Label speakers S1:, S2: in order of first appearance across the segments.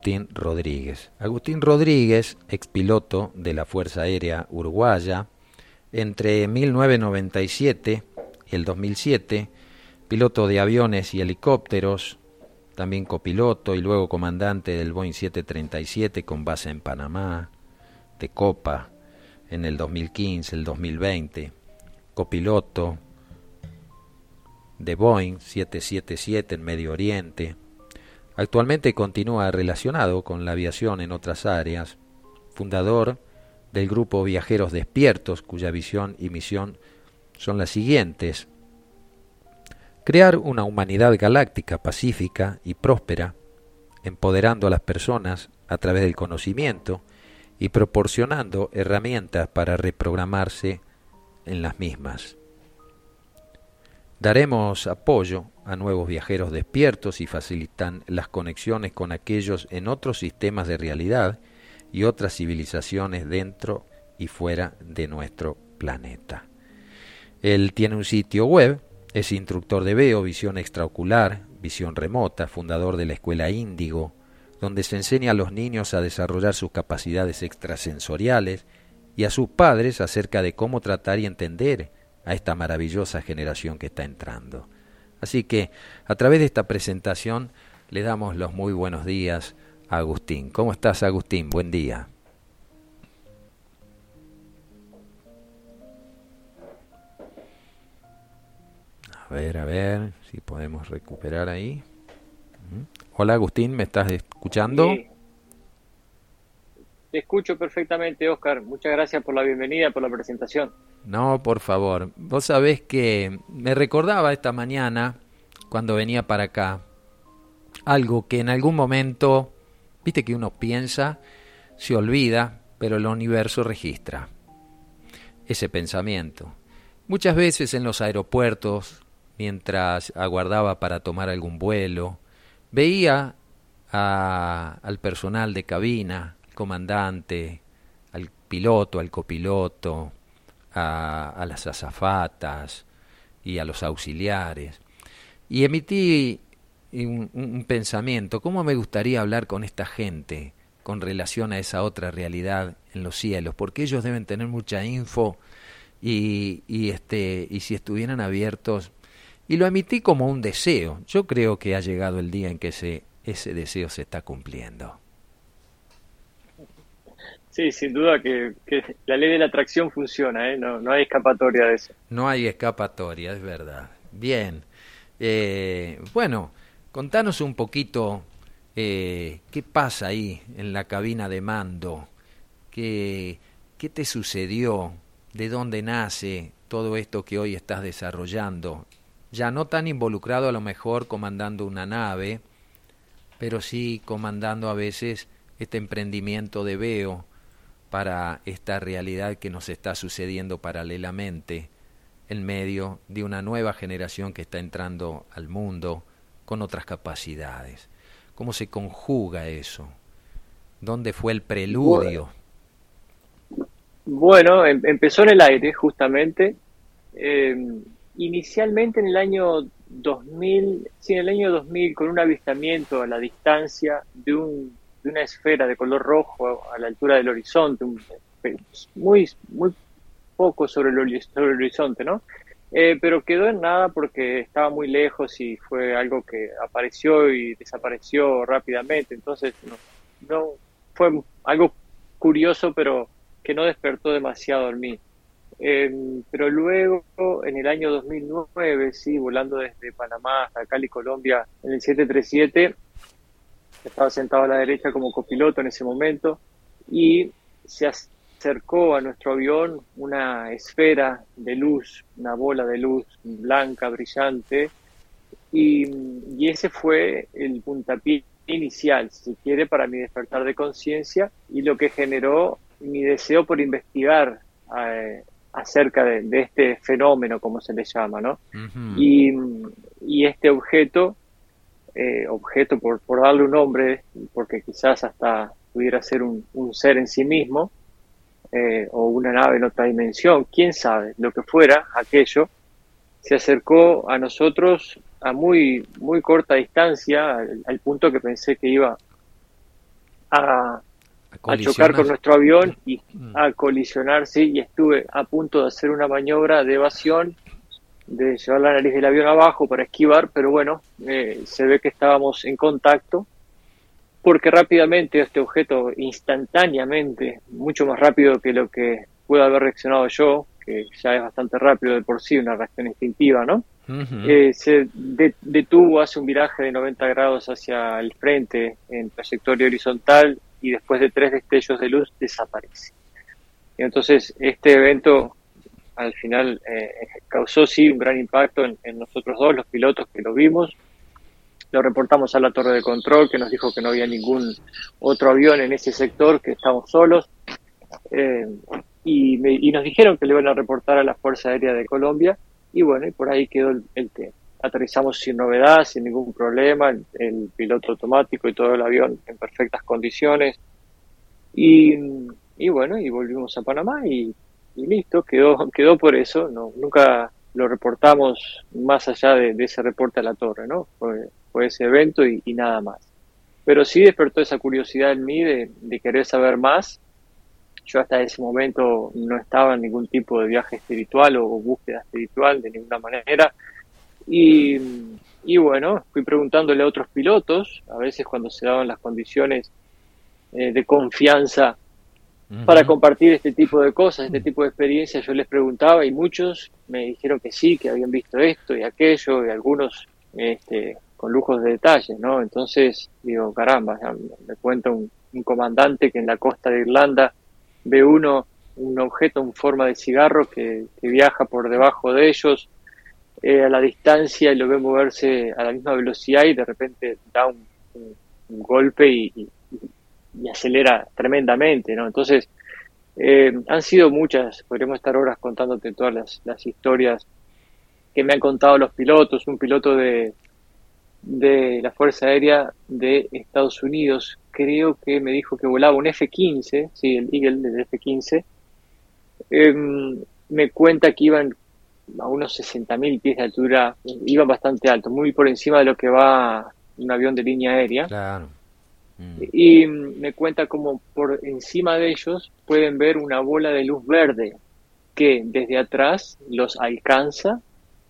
S1: Agustín Rodríguez. Agustín Rodríguez, expiloto de la Fuerza Aérea Uruguaya, entre 1997 y el 2007, piloto de aviones y helicópteros, también copiloto y luego comandante del Boeing 737 con base en Panamá, de Copa en el 2015, el 2020, copiloto de Boeing 777 en Medio Oriente. Actualmente continúa relacionado con la aviación en otras áreas, fundador del grupo Viajeros Despiertos, cuya visión y misión son las siguientes: crear una humanidad galáctica, pacífica y próspera, empoderando a las personas a través del conocimiento y proporcionando herramientas para reprogramarse en las mismas. Daremos apoyo a nuevos viajeros despiertos y facilitan las conexiones con aquellos en otros sistemas de realidad y otras civilizaciones dentro y fuera de nuestro planeta. Él tiene un sitio web, es instructor de VEO, visión extraocular, visión remota, fundador de la escuela Índigo, donde se enseña a los niños a desarrollar sus capacidades extrasensoriales y a sus padres acerca de cómo tratar y entender a esta maravillosa generación que está entrando. Así que, a través de esta presentación, le damos los muy buenos días a Agustín. ¿Cómo estás, Agustín? Buen día. A ver si podemos recuperar ahí. Hola, Agustín, ¿me estás escuchando?
S2: Sí, te escucho perfectamente, Oscar. Muchas gracias por la bienvenida, por la presentación.
S1: No, por favor. Vos sabés que me recordaba esta mañana, cuando venía para acá, algo que en algún momento, viste que uno piensa, se olvida, pero el universo registra ese pensamiento. Muchas veces en los aeropuertos, mientras aguardaba para tomar algún vuelo, veía al personal de cabina, al comandante, al piloto, al copiloto, a las azafatas y a los auxiliares. Y emití un pensamiento: ¿cómo me gustaría hablar con esta gente con relación a esa otra realidad en los cielos? Porque ellos deben tener mucha info y si estuvieran abiertos. Y lo emití como un deseo. Yo creo que ha llegado el día en que ese deseo se está cumpliendo.
S2: Sí, sin duda que la ley de la atracción funciona, ¿eh? No, no hay escapatoria de eso.
S1: No hay escapatoria, es verdad. Bien. Bueno, contanos un poquito qué pasa ahí en la cabina de mando, qué te sucedió, de dónde nace todo esto que hoy estás desarrollando. Ya no tan involucrado a lo mejor comandando una nave, pero sí comandando a veces este emprendimiento de VEO para esta realidad que nos está sucediendo paralelamente en medio de una nueva generación que está entrando al mundo con otras capacidades. ¿Cómo se conjuga eso? ¿Dónde fue el
S2: Bu-
S1: preludio?
S2: Bueno, empezó en el aire, justamente. Eh, Inicialmente en el año 2000, sí, en el año 2000, con un avistamiento a la distancia de una esfera de color rojo a la altura del horizonte, muy poco sobre el horizonte, ¿no? Pero quedó en nada porque estaba muy lejos y fue algo que apareció y desapareció rápidamente. Entonces, no fue algo curioso, pero que no despertó demasiado en mí. Pero luego, en el año 2009, sí, volando desde Panamá hasta Cali, Colombia, en el 737, estaba sentado a la derecha como copiloto en ese momento y se acercó a nuestro avión una esfera de luz, una bola de luz blanca, brillante, y ese fue el puntapié inicial, si se quiere, para mi despertar de conciencia y lo que generó mi deseo por investigar acerca de este fenómeno, como se le llama, ¿no?
S1: Ujú.
S2: Y, y este objeto por darle un nombre, porque quizás hasta pudiera ser un ser en sí mismo, o una nave en otra dimensión, quién sabe, lo que fuera aquello, se acercó a nosotros a muy corta distancia, al punto que pensé que iba a,
S1: ¿A
S2: a chocar con
S1: colisionar?
S2: nuestro avión y
S1: Mm.
S2: a colisionar, sí, y estuve a punto de hacer una maniobra de evasión, de llevar la nariz del avión abajo para esquivar, pero bueno, se ve que estábamos en contacto, porque rápidamente este objeto, instantáneamente, mucho más rápido que lo que pude haber reaccionado yo, que ya es bastante rápido de por sí, una reacción instintiva, ¿no?
S1: Ujú.
S2: Detuvo, hace un viraje de 90 grados hacia el frente en trayectoria horizontal y después de 3 destellos de luz desaparece. Y entonces este evento al final causó sí un gran impacto en nosotros dos, los pilotos que lo vimos. Lo reportamos a la torre de control, que nos dijo que no había ningún otro avión en ese sector, que estamos solos. eh, y nos dijeron que le iban a reportar a la Fuerza Aérea de Colombia, y bueno, y por ahí quedó el tema. Aterrizamos sin novedad, sin ningún problema, el piloto automático y todo el avión en perfectas condiciones, y, y bueno, y volvimos a Panamá y listo, quedó por eso, no, nunca lo reportamos más allá de ese reporte a la torre, ¿no? Fue ese evento y nada más. Pero sí despertó esa curiosidad en mí de querer saber más. Yo hasta ese momento no estaba en ningún tipo de viaje espiritual o búsqueda espiritual de ninguna manera. Y, y bueno, fui preguntándole a otros pilotos, a veces cuando se daban las condiciones de confianza para
S1: Ujú.
S2: compartir este tipo de cosas, este tipo de experiencias, yo les preguntaba y muchos me dijeron que sí, que habían visto esto y aquello, y algunos con lujos de detalles, ¿no? Entonces digo, caramba, ya me cuenta un comandante que en la costa de Irlanda ve un objeto en forma de cigarro que viaja por debajo de ellos a la distancia y lo ve moverse a la misma velocidad y de repente da un golpe y acelera tremendamente, ¿no? Entonces, han sido muchas, podríamos estar horas contándote todas las historias que me han contado los pilotos, un piloto de la Fuerza Aérea de Estados Unidos, creo que me dijo que volaba un F-15, sí, el Eagle del F-15, eh, me cuenta que iban a unos 60.000 pies de altura, iban bastante alto, muy por encima de lo que va un avión de línea aérea,
S1: Claro. Mm.
S2: y me cuenta como por encima de ellos pueden ver una bola de luz verde que desde atrás los alcanza,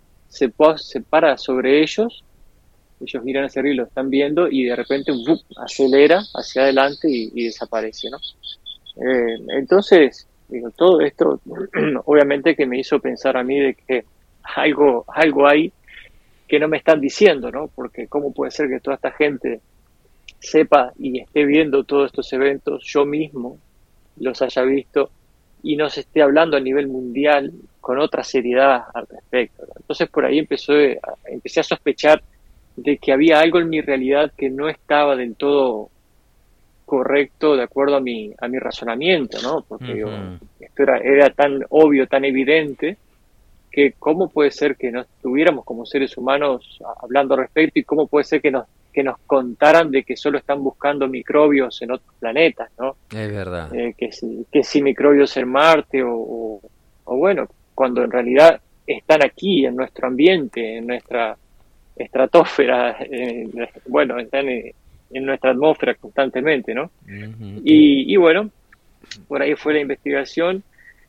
S2: se para sobre ellos miran hacia arriba y lo están viendo y de repente ¡buf! Acelera hacia adelante y desaparece, ¿no? Entonces, digo, todo esto obviamente que me hizo pensar a mí de que algo hay que no me están diciendo, ¿no? Porque cómo puede ser que toda esta gente sepa y esté viendo todos estos eventos, yo mismo los haya visto y no se esté hablando a nivel mundial con otra seriedad al respecto, ¿no? Entonces por ahí empecé a sospechar de que había algo en mi realidad que no estaba del todo correcto de acuerdo a mi razonamiento, ¿no? Porque digo,
S1: Ujú.
S2: esto era tan obvio, tan evidente, que cómo puede ser que no estuviéramos como seres humanos hablando al respecto y cómo puede ser que nos contaran de que solo están buscando microbios en otros planetas, ¿no?
S1: Es verdad.
S2: Que si microbios en Marte o bueno, cuando en realidad están aquí en nuestro ambiente, en nuestra estratosfera, bueno, están en nuestra atmósfera constantemente, ¿no?
S1: Ujú.
S2: Y bueno, por ahí fue la investigación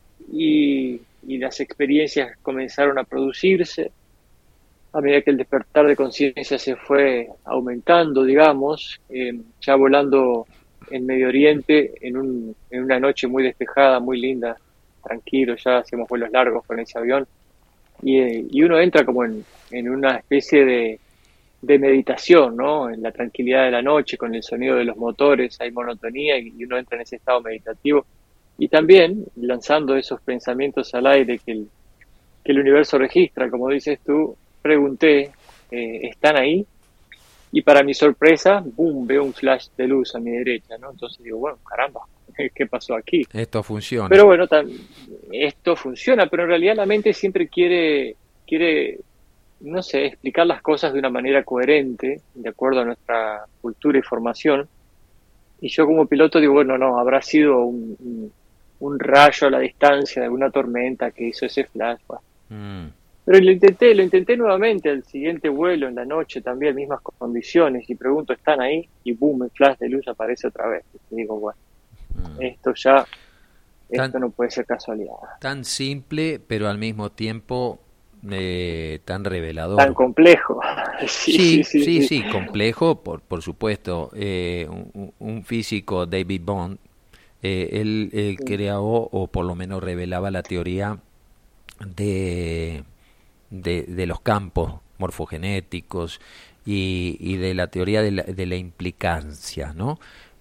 S2: y las experiencias comenzaron a producirse a medida que el despertar de conciencia se fue aumentando, digamos, ya volando en Medio Oriente en una noche muy despejada, muy linda, tranquilo, ya hacemos vuelos largos con ese avión y uno entra como en una especie de meditación, ¿no? En la tranquilidad de la noche, con el sonido de los motores, hay monotonía y uno entra en ese estado meditativo. Y también lanzando esos pensamientos al aire que el universo registra, como dices tú, pregunté, ¿están ahí? Y para mi sorpresa, boom, veo un flash de luz a mi derecha, ¿no? Entonces digo, bueno, caramba, ¿qué pasó aquí?
S1: Esto funciona.
S2: Pero bueno, esto funciona, pero en realidad la mente siempre quiere, no sé, explicar las cosas de una manera coherente, de acuerdo a nuestra cultura y formación. Y yo como piloto digo, bueno, no, habrá sido un rayo a la distancia de alguna tormenta que hizo ese flash. Bueno.
S1: Mm.
S2: Pero lo intenté nuevamente al siguiente vuelo en la noche también, mismas condiciones, y pregunto, ¿están ahí? Y boom, el flash de luz aparece otra vez. Y digo, bueno, esto ya, esto no puede ser casualidad.
S1: Tan simple, pero al mismo tiempo tan revelador.
S2: Tan complejo.
S1: Sí, complejo, por supuesto. Un físico, David Bond, él creó, o por lo menos revelaba la teoría de los campos morfogenéticos y de la teoría de la implicancia, ¿no?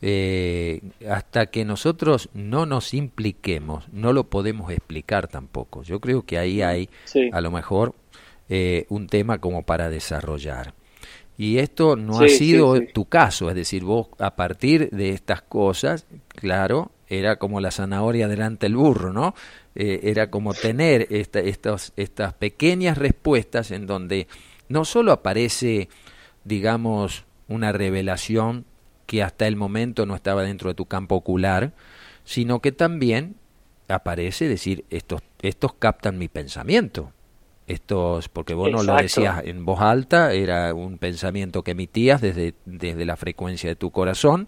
S1: Hasta que nosotros no nos impliquemos, no lo podemos explicar tampoco. Yo creo que ahí hay a lo mejor un tema como para desarrollar. Y esto no ha sido tu caso, es decir, vos a partir de estas cosas, claro, era como la zanahoria delante del burro, ¿no? Era como tener estas pequeñas respuestas en donde no solo aparece, digamos, una revelación que hasta el momento no estaba dentro de tu campo ocular, sino que también aparece decir, estos captan mi pensamiento. Porque vos no lo decías en voz alta, era un pensamiento que emitías desde la frecuencia de tu corazón,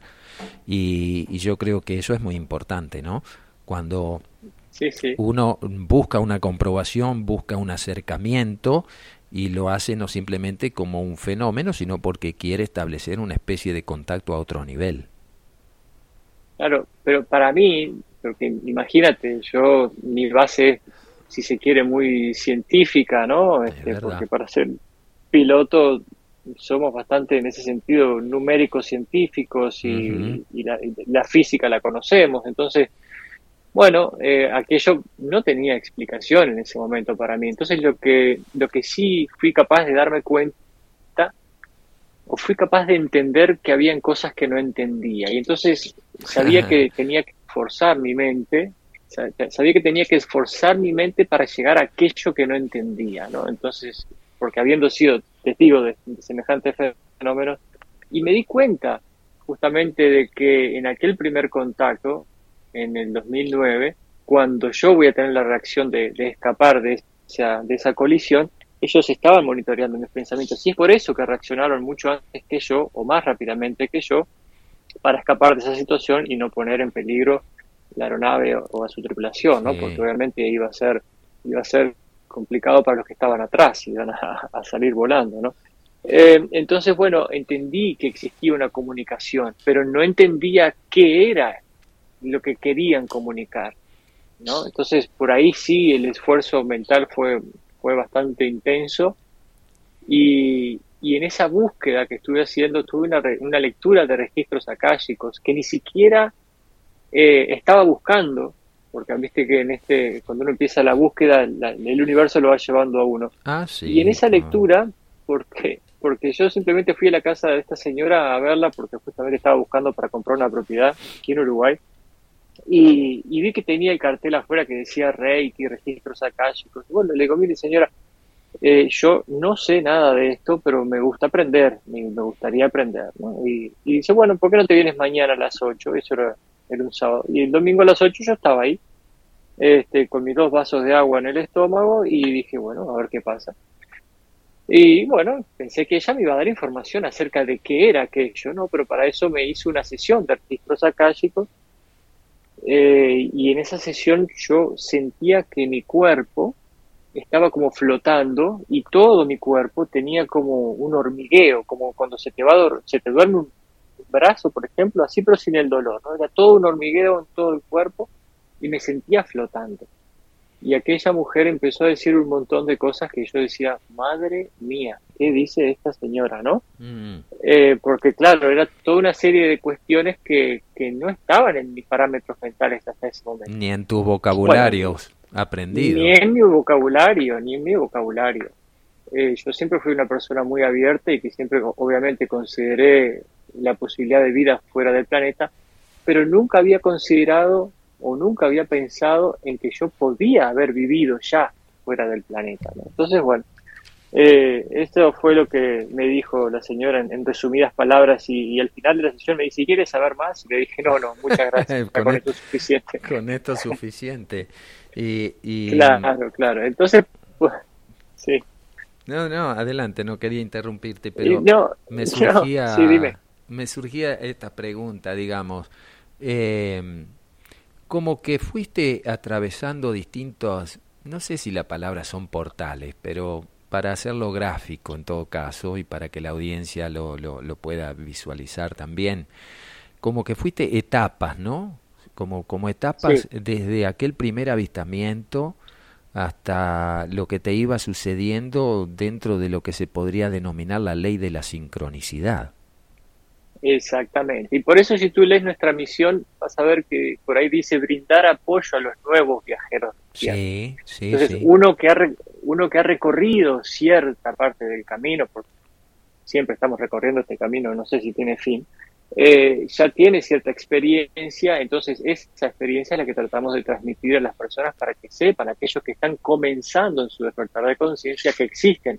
S1: y yo creo que eso es muy importante, ¿no? Cuando uno busca una comprobación, busca un acercamiento, y lo hace no simplemente como un fenómeno, sino porque quiere establecer una especie de contacto a otro nivel.
S2: Claro, pero para mí, porque imagínate, mi base es, si se quiere, muy científica, ¿no? Porque para ser piloto somos bastante, en ese sentido, numéricos científicos, y la física la conocemos. Entonces, bueno, aquello no tenía explicación en ese momento para mí. Entonces, lo que sí fui capaz de darme cuenta, o fui capaz de entender que habían cosas que no entendía. Y entonces sabía que tenía que esforzar mi mente, para llegar a aquello que no entendía, ¿no? Entonces, porque habiendo sido testigo de semejantes fenómenos, y me di cuenta justamente de que en aquel primer contacto, en el 2009, cuando yo voy a tener la reacción de escapar de esa colisión, ellos estaban monitoreando mis pensamientos, y es por eso que reaccionaron mucho antes que yo, o más rápidamente que yo, para escapar de esa situación y no poner en peligro la aeronave o a su tripulación, ¿no? Porque obviamente iba a ser complicado para los que estaban atrás, iban a salir volando, ¿no? Entonces, bueno, entendí que existía una comunicación, pero no entendía qué era lo que querían comunicar, ¿no? Entonces, por ahí sí el esfuerzo mental fue bastante intenso, y en esa búsqueda que estuve haciendo tuve una lectura de registros akáshicos que ni siquiera estaba buscando, porque viste que cuando uno empieza la búsqueda, el universo lo va llevando a uno. Y en esa lectura, porque yo simplemente fui a la casa de esta señora a verla, porque justamente estaba buscando para comprar una propiedad aquí en Uruguay, y vi que tenía el cartel afuera que decía Reiki, registros akáshicos. Y bueno, le digo, mire señora, yo no sé nada de esto, pero me gusta aprender, me gustaría aprender, ¿no? Y dice, bueno, ¿por qué no te vienes mañana a las 8? Eso era un sábado. Y el domingo a las 8 yo estaba ahí, con mis 2 vasos de agua en el estómago, y dije, bueno, a ver qué pasa. Y bueno, pensé que ella me iba a dar información acerca de qué era aquello, ¿no? Pero para eso me hizo una sesión de registros akáshicos, y en esa sesión yo sentía que mi cuerpo estaba como flotando, y todo mi cuerpo tenía como un hormigueo, como cuando se te duerme un brazo, por ejemplo, así, pero sin el dolor, ¿no? Era todo un hormigueo en todo el cuerpo, y me sentía flotando. Y aquella mujer empezó a decir un montón de cosas que yo decía, madre mía, ¿qué dice esta señora, no? Porque claro, era toda una serie de cuestiones que no estaban en mis parámetros mentales hasta ese momento.
S1: Ni en tu vocabulario aprendido.
S2: Ni en mi vocabulario. Yo siempre fui una persona muy abierta, y que siempre obviamente consideré la posibilidad de vida fuera del planeta, pero nunca había considerado o nunca había pensado en que yo podía haber vivido ya fuera del planeta, ¿no? Entonces, bueno, esto fue lo que me dijo la señora en resumidas palabras, y al final de la sesión me dice, ¿quieres saber más? Y le dije, no, muchas gracias, con esto es suficiente.
S1: Con esto es suficiente.
S2: Claro. Entonces, pues, Sí.
S1: No, no, adelante, no quería interrumpirte, pero
S2: No,
S1: me
S2: no, sí,
S1: surgía,
S2: dime.
S1: me surgía esta pregunta, digamos, eh, como que fuiste atravesando distintos, no sé si la palabra son portales, pero para hacerlo gráfico en todo caso y para que la audiencia lo pueda visualizar también, como que fuiste etapas, ¿no? Como etapas
S2: Sí,
S1: desde aquel primer avistamiento hasta lo que te iba sucediendo dentro de lo que se podría denominar la ley de la sincronicidad.
S2: exactamente. Y por eso si tú lees nuestra misión, vas a ver que por ahí dice brindar apoyo a los nuevos viajeros de tierra.
S1: Sí, sí,
S2: Entonces,
S1: sí.
S2: uno que ha recorrido cierta parte del camino, porque siempre estamos recorriendo este camino, no sé si tiene fin, ya tiene cierta experiencia, entonces esa experiencia es la que tratamos de transmitir a las personas para que sepan, aquellos que están comenzando en su despertar de conciencia, que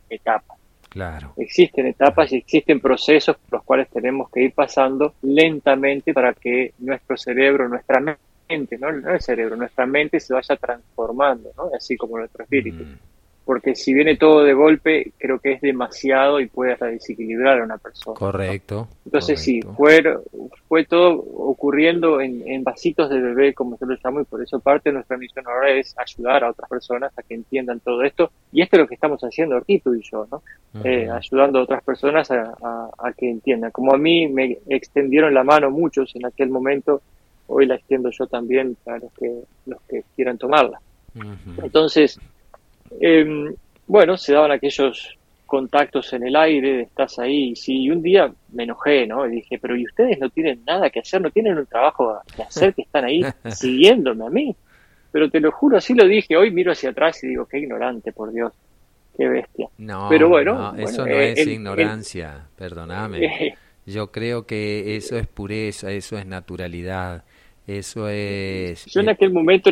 S1: Claro,
S2: existen
S1: claro.
S2: etapas y existen procesos por los cuales tenemos que ir pasando lentamente para que nuestro cerebro, nuestra mente, no el cerebro, nuestra mente se vaya transformando, ¿no? Así como nuestro espíritu,
S1: Mm,
S2: porque si viene todo de golpe, creo que es demasiado y puede hasta desequilibrar a una persona, ¿no?
S1: correcto,
S2: Entonces sí,
S1: correcto.
S2: fue todo ocurriendo en vasitos de bebé, como yo lo llamo, y por eso parte de nuestra misión ahora es ayudar a otras personas a que entiendan todo esto, y esto es lo que estamos haciendo aquí tú y yo, ¿no?
S1: Ujú.
S2: Ayudando a otras personas a que entiendan. Como a mí me extendieron la mano muchos en aquel momento, hoy la extiendo yo también para los que quieran tomarla.
S1: Ujú.
S2: Entonces, eh, bueno, se daban aquellos contactos en el aire, estás ahí, y sí, y un día me enojé, ¿no? Y dije, pero ¿y ustedes no tienen nada que hacer, no tienen un trabajo que hacer, que están ahí siguiéndome a mí? Pero te lo juro, así lo dije, hoy miro hacia atrás y digo, qué ignorante, por Dios, qué bestia. Pero
S1: No,
S2: bueno,
S1: no,
S2: bueno,
S1: eso no es ignorancia, perdóname.
S2: eh,
S1: Yo creo que eso es pureza, eso es naturalidad, eso es...
S2: yo en aquel momento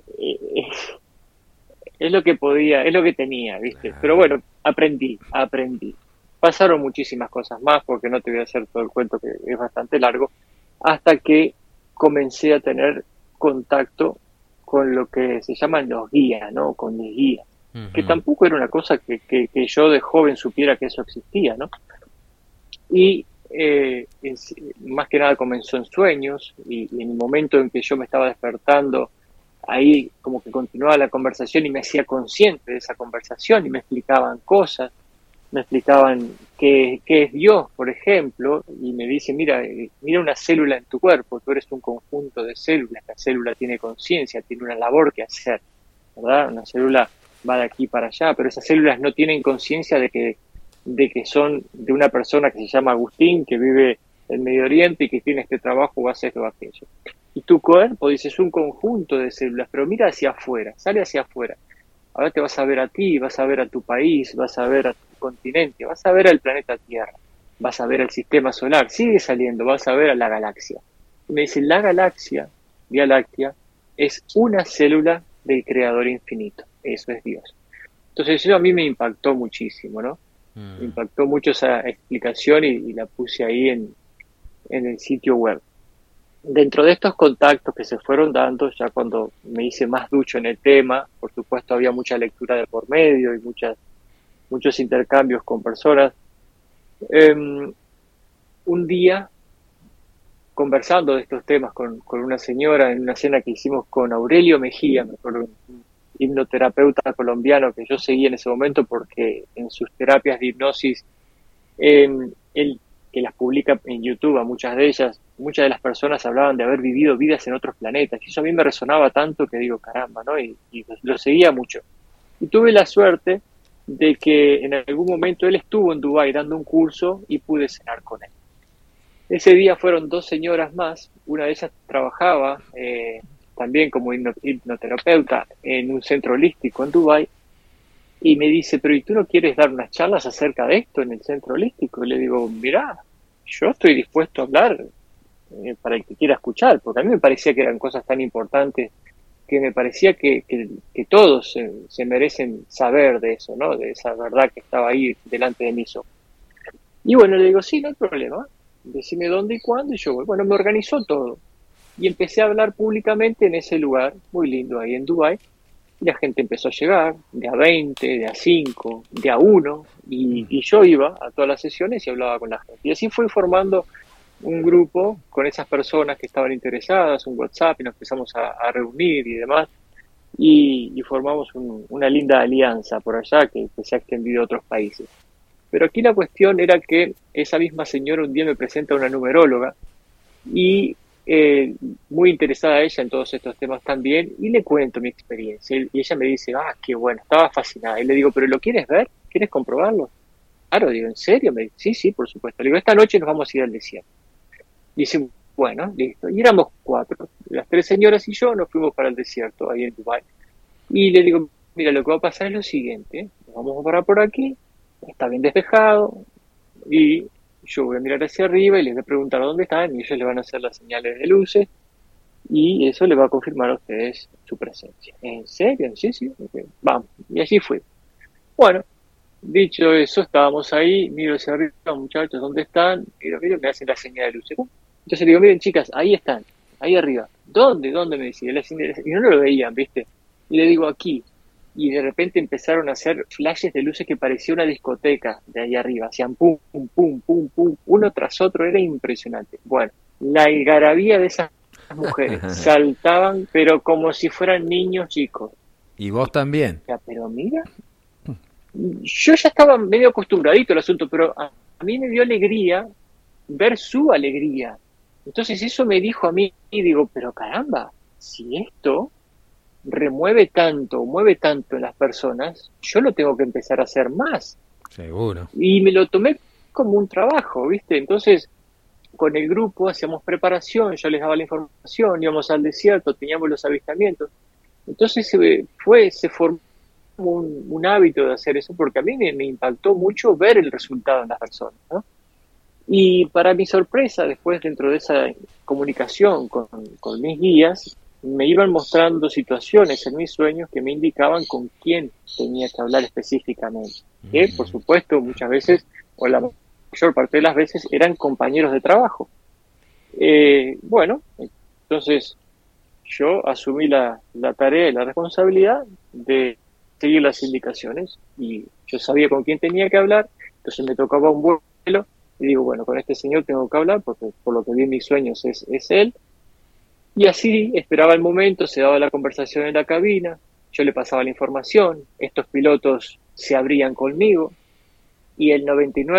S2: es lo que podía, es lo que tenía, ¿viste? Pero
S1: claro.
S2: bueno, aprendí. Pasaron muchísimas cosas más, porque no te voy a hacer todo el cuento que es bastante largo, hasta que comencé a tener contacto con lo que se llaman los guías, ¿no? Con mis guías, que
S1: Ujú.
S2: tampoco era una cosa que yo de joven supiera que eso existía, ¿no? Y más que nada comenzó en sueños y en el momento en que yo me estaba despertando, ahí como que continuaba la conversación y me hacía consciente de esa conversación y me explicaban cosas, me explicaban qué es Dios, por ejemplo, y me dice, mira, mira una célula en tu cuerpo, tú eres un conjunto de células, la célula tiene conciencia, tiene una labor que hacer, ¿verdad? Una célula va de aquí para allá, pero esas células no tienen conciencia de que son de una persona que se llama Agustín, que vive en Medio Oriente y que tiene este trabajo o hace esto o aquello. Y tu cuerpo, dice, es un conjunto de células, pero mira hacia afuera, sale hacia afuera. Ahora te vas a ver a ti, vas a ver a tu país, vas a ver a tu continente, vas a ver al planeta Tierra, vas a ver al sistema solar, sigue saliendo, vas a ver a la galaxia. Y me dice, la galaxia, Vía Láctea, es una célula del Creador infinito, eso es Dios. Entonces eso a mí me impactó muchísimo, ¿no? Me
S1: Mm.
S2: impactó mucho esa explicación y la puse ahí en el sitio web. Dentro de estos contactos que se fueron dando, ya cuando me hice más ducho en el tema, por supuesto había mucha lectura de por medio y muchos intercambios con personas. Eh, un día, conversando de estos temas con una señora en una cena que hicimos con Aurelio Mejía, me acuerdo, un hipnoterapeuta colombiano que yo seguí en ese momento porque en sus terapias de hipnosis él que las publica en YouTube, a muchas de ellas, muchas de las personas hablaban de haber vivido vidas en otros planetas, y eso a mí me resonaba tanto que digo, caramba, ¿no? Y lo seguía mucho. Y tuve la suerte de que en algún momento él estuvo en Dubái dando un curso y pude cenar con él. Ese día fueron dos señoras más, una de ellas trabajaba también como hipnoterapeuta en un centro holístico en Dubái, y me dice, pero ¿y tú no quieres dar unas charlas acerca de esto en el centro holístico? Y le digo, mirá, yo estoy dispuesto a hablar para el que quiera escuchar, porque a mí me parecía que eran cosas tan importantes que me parecía que todos se merecen saber de eso, ¿no? De esa verdad que estaba ahí delante de mis ojos. Y bueno, le digo, sí, no hay problema, decime dónde y cuándo, y yo voy. Bueno, me organizó todo. Y empecé a hablar públicamente en ese lugar, muy lindo ahí en Dubái, Y la gente empezó a llegar, de a 20, de a 5, de a uno, y yo iba a todas las sesiones y hablaba con la gente. Y así fui formando un grupo con esas personas que estaban interesadas, un WhatsApp, y nos empezamos a reunir y demás, y formamos una linda alianza por allá que se ha extendido a otros países. Pero aquí la cuestión era que esa misma señora un día me presenta a una numeróloga y muy interesada ella en todos estos temas también, y le cuento mi experiencia. Y ella me dice, qué bueno, estaba fascinada. Y le digo, ¿pero lo quieres ver? ¿Quieres comprobarlo? Claro, digo, ¿en serio? Me dice, sí, sí, por supuesto. Le digo, esta noche nos vamos a ir al desierto. Y dice, bueno, listo. Y éramos 4. Las 3 señoras y yo nos fuimos para el desierto, ahí en Dubái. Y le digo, mira, lo que va a pasar es lo siguiente, nos vamos a parar por aquí, está bien despejado, y yo voy a mirar hacia arriba y les voy a preguntar dónde están, y ellos le van a hacer las señales de luces, y eso le va a confirmar a ustedes su presencia. ¿En serio? Sí, sí, ok, vamos. Y allí fue. Bueno, dicho eso, estábamos ahí, miro hacia arriba, muchachos, ¿dónde están? Miro, me hacen la señal de luces. Entonces le digo, miren chicas, ahí están, ahí arriba. ¿Dónde? ¿Dónde? Me decía. Y no lo veían, ¿viste? Y le digo, aquí. Y de repente empezaron a hacer flashes de luces que parecía una discoteca de ahí arriba. Hacían pum, pum, pum, pum, pum, uno tras otro. Era impresionante. Bueno, la algarabía de esas mujeres saltaban, pero como si fueran niños chicos.
S1: ¿Y vos también?
S2: Ya, pero mira, yo ya estaba medio acostumbradito al asunto, pero a mí me dio alegría ver su alegría. Entonces eso me dijo a mí, y digo, pero caramba, si esto mueve tanto en las personas, yo lo tengo que empezar a hacer más.
S1: Seguro.
S2: Y me lo tomé como un trabajo, ¿viste? Entonces, con el grupo hacíamos preparación, yo les daba la información, íbamos al desierto, teníamos los avistamientos. Entonces se formó un hábito de hacer eso, porque a mí me impactó mucho ver el resultado en las personas, ¿no? Y para mi sorpresa, después dentro de esa comunicación con mis guías, me iban mostrando situaciones en mis sueños que me indicaban con quién tenía que hablar específicamente. Que, por supuesto, muchas veces, o la mayor parte de las veces, eran compañeros de trabajo. Bueno, entonces yo asumí la tarea y la responsabilidad de seguir las indicaciones, y yo sabía con quién tenía que hablar, entonces me tocaba un vuelo y digo, bueno, con este señor tengo que hablar porque por lo que vi en mis sueños es él. Y así esperaba el momento, se daba la conversación en la cabina, yo le pasaba la información, estos pilotos se abrían conmigo, y el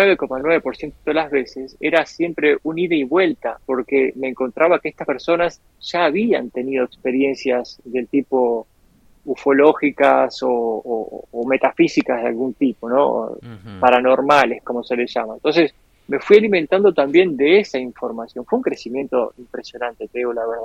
S2: 99,9% de las veces era siempre un ida y vuelta, porque me encontraba que estas personas ya habían tenido experiencias del tipo ufológicas o metafísicas de algún tipo, ¿no? Paranormales, como se les llama. Entonces, me fui alimentando también de esa información. Fue un crecimiento impresionante, te digo la verdad.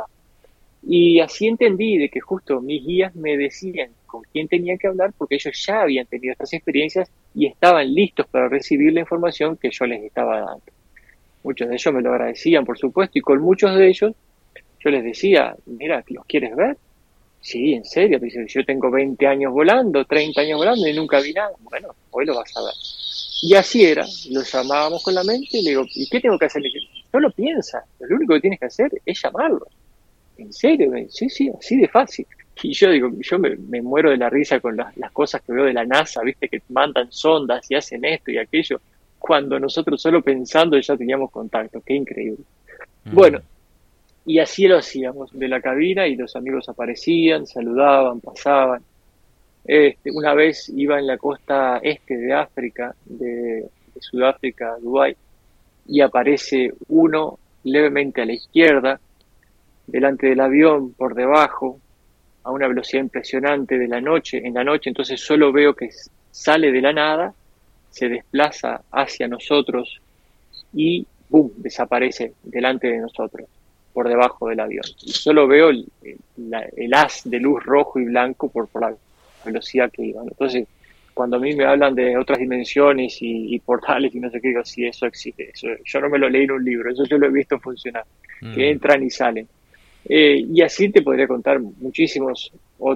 S2: Y así entendí de que justo mis guías me decían con quién tenía que hablar, porque ellos ya habían tenido estas experiencias y estaban listos para recibir la información que yo les estaba dando. Muchos de ellos me lo agradecían, por supuesto, y con muchos de ellos yo les decía, mira, ¿los quieres ver? Sí, en serio, dice, yo tengo 20 años volando, 30 años volando y nunca vi nada. Bueno, hoy lo vas a ver. Y así era, lo llamábamos con la mente y le digo, ¿y qué tengo que hacer? Le dije, no lo piensas, lo único que tienes que hacer es llamarlos. ¿En serio? Sí, sí, así de fácil. Y yo digo, yo me muero de la risa con las cosas que veo de la NASA, viste, que mandan sondas y hacen esto y aquello, cuando nosotros solo pensando ya teníamos contacto. Qué increíble. Bueno, y así lo hacíamos de la cabina, y los amigos aparecían, saludaban, pasaban. Una vez iba en la costa este de África, de Sudáfrica, Dubái, y aparece uno levemente a la izquierda, delante del avión, por debajo, a una velocidad impresionante en la noche, entonces solo veo que sale de la nada, se desplaza hacia nosotros y ¡boom!, desaparece delante de nosotros, por debajo del avión. Y solo veo el haz de luz rojo y blanco por la velocidad que iban. Entonces, cuando a mí me hablan de otras dimensiones y portales y no sé qué, digo, sí, eso existe. Eso, yo no me lo leí en un libro, eso yo lo he visto funcionar, que entran y salen. Y así te podría contar muchísimos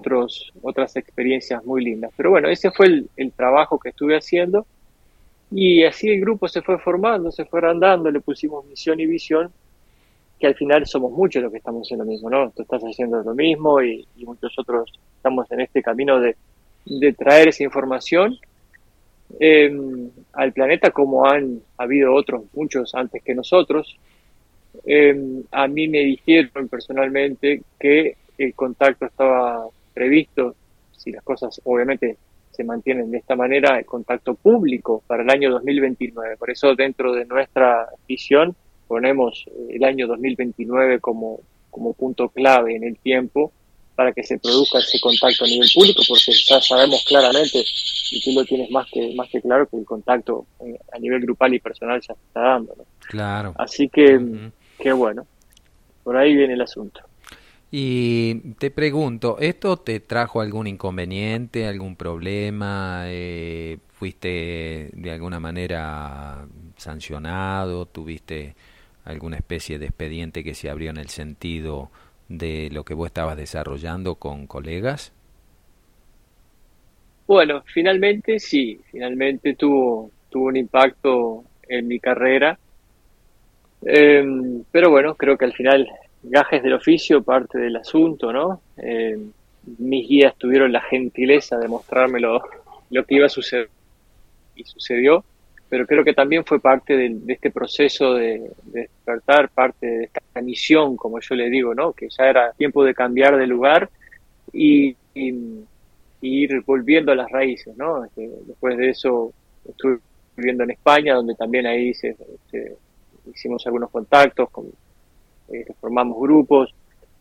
S2: otras experiencias muy lindas. Pero bueno, ese fue el trabajo que estuve haciendo, y así el grupo se fue formando, se fue agrandando, le pusimos misión y visión, que al final somos muchos los que estamos haciendo lo mismo, ¿no? Tú estás haciendo lo mismo y muchos otros estamos en este camino de traer esa información eh, al planeta, como han habido otros muchos antes que nosotros. A mí me dijeron personalmente que el contacto estaba previsto, si las cosas obviamente se mantienen de esta manera, el contacto público para el año 2029. Por eso dentro de nuestra visión ponemos el año 2029 como punto clave en el tiempo para que se produzca ese contacto a nivel público, porque ya sabemos claramente, y tú lo tienes más que claro, que el contacto a nivel grupal y personal ya se está dando, ¿no?
S1: Claro.
S2: Así que,
S1: Ujú.
S2: que bueno, por ahí viene el asunto.
S1: Y te pregunto, ¿esto te trajo algún inconveniente, algún problema? ¿Fuiste de alguna manera sancionado? ¿Tuviste alguna especie de expediente que se abrió en el sentido de lo que vos estabas desarrollando con colegas?
S2: Bueno, finalmente sí, finalmente tuvo un impacto en mi carrera. Pero bueno, creo que al final gajes del oficio, parte del asunto, ¿no? Mis guías tuvieron la gentileza de mostrarme lo que iba a suceder y sucedió, pero creo que también fue parte de este proceso de despertar, parte de esta misión, como yo le digo, ¿no? Que ya era tiempo de cambiar de lugar y ir volviendo a las raíces, ¿no? Después de eso estuve viviendo en España, donde también ahí hicimos algunos contactos, formamos grupos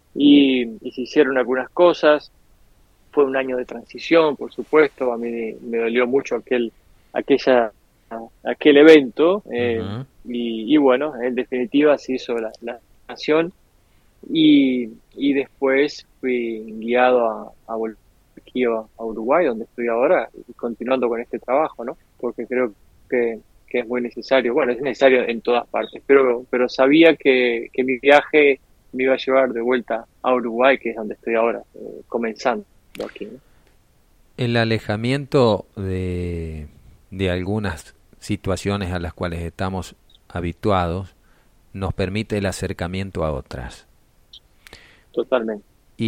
S2: y se hicieron algunas cosas. Fue un año de transición, por supuesto. A mí me dolió mucho aquella, aquel evento
S1: Ujú.
S2: y bueno, en definitiva se hizo la nación y después fui guiado a volver aquí a Uruguay, donde estoy ahora, y continuando con este trabajo, ¿no? Porque creo que es muy necesario. Bueno, es necesario en todas partes, pero sabía que mi viaje me iba a llevar de vuelta a Uruguay, que es donde estoy ahora, comenzando aquí, ¿no?
S1: El alejamiento de algunas situaciones a las cuales estamos habituados nos permite el acercamiento a otras.
S2: Totalmente.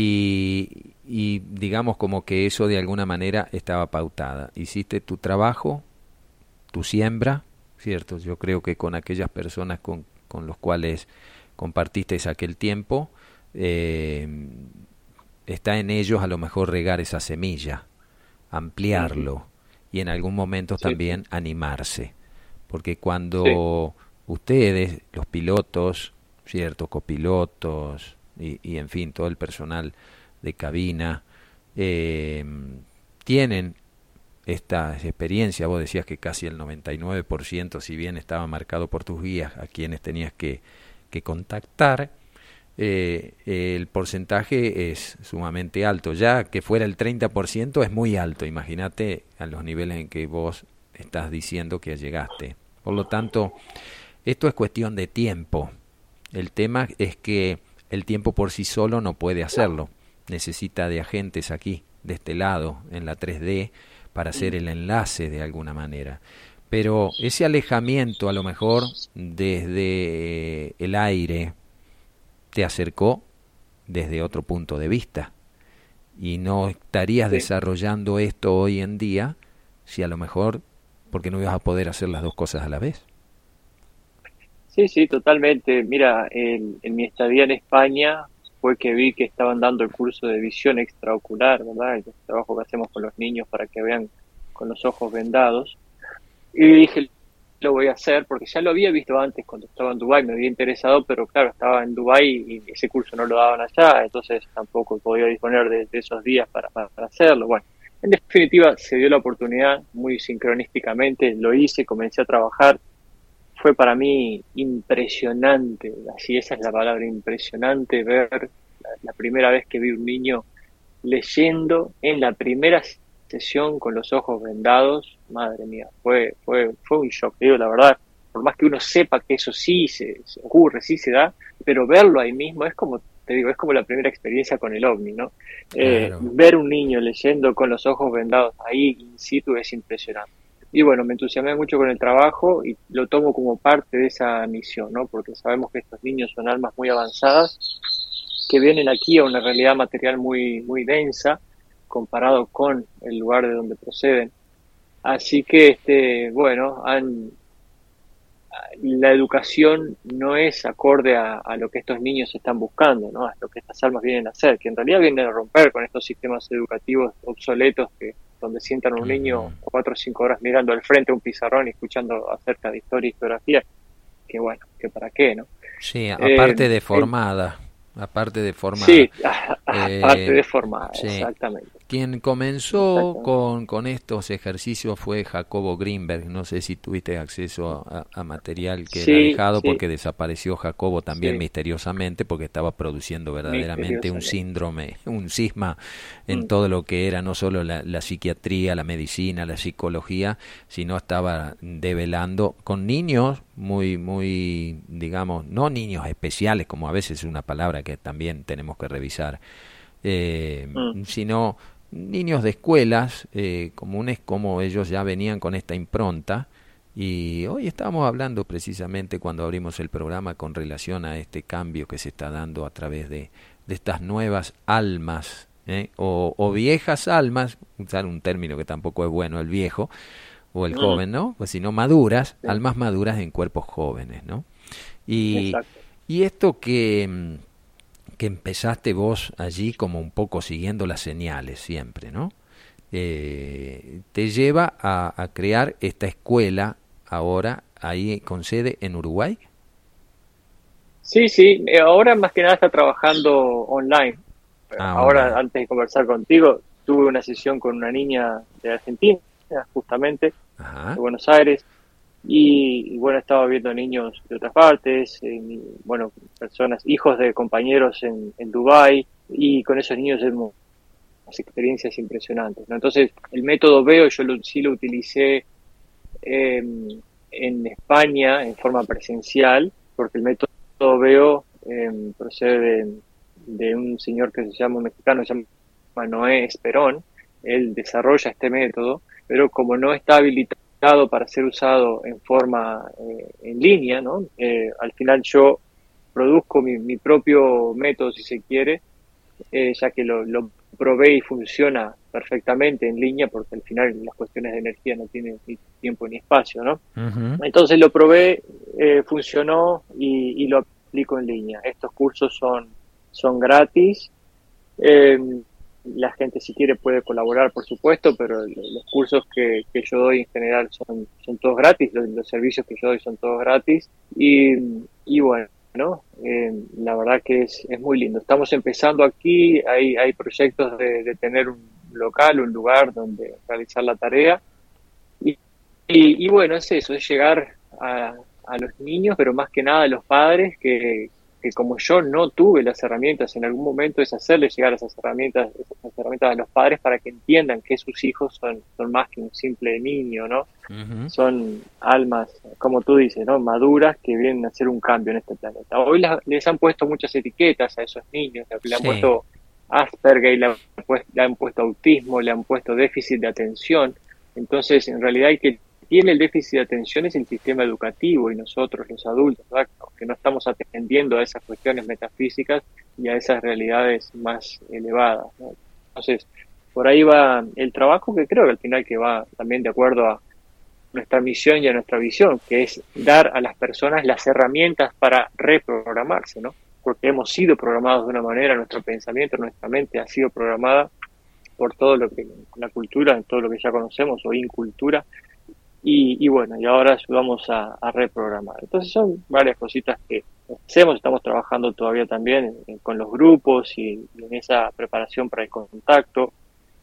S1: Y digamos como que eso de alguna manera estaba pautada. Hiciste tu trabajo, tu siembra, ¿cierto? Yo creo que con aquellas personas con los cuales compartiste aquel tiempo, eh, está en ellos a lo mejor regar esa semilla,
S2: Ujú.
S1: ampliarlo y en algún momento
S2: Sí, sí,
S1: también animarse. Porque
S2: sí,
S1: cuando ustedes, los pilotos, ¿cierto? Copilotos y en fin, todo el personal de cabina, eh, tienen esta experiencia, vos decías que casi el 99%, si bien estaba marcado por tus guías, a quienes tenías que contactar, el porcentaje es sumamente alto. Ya que fuera el 30% es muy alto, imagínate a los niveles en que vos estás diciendo que llegaste. Por lo tanto, esto es cuestión de tiempo. El tema es que el tiempo por sí solo no puede hacerlo. Necesita de agentes aquí, de este lado, en la 3D, para hacer el enlace de alguna manera. Pero ese alejamiento, a lo mejor desde el aire, te acercó desde otro punto de vista. Y no estarías
S2: sí.
S1: desarrollando esto hoy en día si a lo mejor, porque no ibas a poder hacer las dos cosas a la vez.
S2: Sí, sí, totalmente. Mira, en mi estadía en España fue que vi que estaban dando el curso de visión extraocular, ¿verdad? El trabajo que hacemos con los niños para que vean con los ojos vendados. Y dije, lo voy a hacer porque ya lo había visto antes cuando estaba en Dubái, me había interesado, pero claro, estaba en Dubái y ese curso no lo daban allá, entonces tampoco podía disponer de esos días para hacerlo. Bueno, en definitiva se dio la oportunidad muy sincronísticamente, lo hice, comencé a trabajar. Fue para mí impresionante, así esa es la palabra, impresionante ver la primera vez que vi un niño leyendo en la primera sesión con los ojos vendados. Madre mía, fue un shock, digo la verdad. Por más que uno sepa que eso sí se ocurre, sí se da, pero verlo ahí mismo es como, te digo, es como la primera experiencia con el ovni, ¿no?
S1: Claro.
S2: Ver un niño leyendo con los ojos vendados ahí in situ es impresionante. y bueno, me entusiasmé mucho con el trabajo y lo tomo como parte de esa misión, ¿no? Porque sabemos que estos niños son almas muy avanzadas que vienen aquí a una realidad material muy, muy densa comparado con el lugar de donde proceden. Así que, bueno, la educación no es acorde a lo que estos niños están buscando, ¿no? A lo que estas almas vienen a hacer, que en realidad vienen a romper con estos sistemas educativos obsoletos que donde sientan a un niño
S1: Ujú.
S2: 4 o 5 horas mirando al frente un pizarrón y escuchando acerca de historia y geografía, que bueno, que para qué, ¿no?
S1: Sí,
S2: Eh, el-
S1: aparte de formada.
S2: sí, aparte
S1: Eh,
S2: de formada,
S1: sí.
S2: exactamente,
S1: Quien comenzó
S2: exactamente.
S1: con estos ejercicios fue Jacobo Greenberg. No sé si tuviste acceso a material que él ha
S2: Sí,
S1: dejado,
S2: sí,
S1: porque desapareció Jacobo también
S2: sí,
S1: misteriosamente, porque estaba produciendo verdaderamente un
S2: misteriosamente.
S1: síndrome, un cisma en
S2: Mm,
S1: todo lo que era no solo la psiquiatría, la medicina, la psicología, sino estaba develando con niños muy, digamos, no niños especiales, como a veces es una palabra que también tenemos que revisar,
S2: mm.
S1: sino niños de escuelas comunes, como ellos ya venían con esta impronta. Y hoy estábamos hablando precisamente cuando abrimos el programa con relación a este cambio que se está dando a través de estas nuevas almas, o viejas almas, usar un término que tampoco es bueno, el viejo o el
S2: Mm,
S1: joven, ¿no? Pues sino maduras,
S2: sí,
S1: almas maduras en cuerpos jóvenes, ¿no? Y,
S2: exacto.
S1: y esto que empezaste vos allí como un poco siguiendo las señales siempre, ¿no? Te lleva a crear esta escuela ahora ahí con sede en Uruguay.
S2: Sí, sí, ahora más que nada está trabajando online.
S1: Ah,
S2: Ahora,
S1: online.
S2: antes de conversar contigo, tuve una sesión con una niña de Argentina, justamente,
S1: Ajá.
S2: de Buenos Aires, y bueno, estaba viendo niños de otras partes, bueno, personas, hijos de compañeros en Dubái, y con esos niños hemos experiencias impresionantes, ¿no? Entonces, el método VEO sí lo utilicé eh, en España en forma presencial, porque el método VEO procede de un señor que se llama, un mexicano, se llama Noé Esperón. Él desarrolla este método, pero como no está habilitado para ser usado en forma en línea, ¿no? Al final yo produzco mi propio método, si se quiere, ya que lo probé y funciona perfectamente en línea, porque al final las cuestiones de energía no tienen ni tiempo ni espacio, ¿no?
S1: Ujú.
S2: Entonces lo probé, funcionó y lo aplico en línea. Estos cursos son gratis. Eh, la gente si quiere puede colaborar, por supuesto, pero los cursos que yo doy en general son todos gratis, los servicios que yo doy son todos gratis. Y bueno, ¿no? La verdad que es muy lindo. Estamos empezando aquí, hay proyectos de tener un local, un lugar donde realizar la tarea. Y, y bueno, es eso, es llegar a los niños, pero más que nada a los padres que como yo no tuve las herramientas en algún momento, es hacerles llegar esas herramientas a los padres para que entiendan que sus hijos son más que un simple niño, ¿no?
S1: Ujú.
S2: Son almas, como tú dices, ¿no? Maduras que vienen a hacer un cambio en este planeta. Hoy les han puesto muchas etiquetas a esos niños, le han
S1: Sí.
S2: puesto Asperger, le han puesto autismo, le han puesto déficit de atención. Entonces, en realidad, el que tiene el déficit de atención es el sistema educativo y nosotros, los adultos, ¿verdad? Que no estamos atendiendo a esas cuestiones metafísicas y a esas realidades más elevadas, ¿no? Entonces, por ahí va el trabajo, que creo que al final que va también de acuerdo a nuestra misión y a nuestra visión, que es dar a las personas las herramientas para reprogramarse, ¿no? Porque hemos sido programados de una manera, nuestro pensamiento, nuestra mente ha sido programada por todo lo que, la cultura, todo lo que ya conocemos o incultura, y bueno, y ahora ayudamos a reprogramar. Entonces son varias cositas que hacemos, estamos trabajando todavía también con los grupos y en esa preparación para el contacto.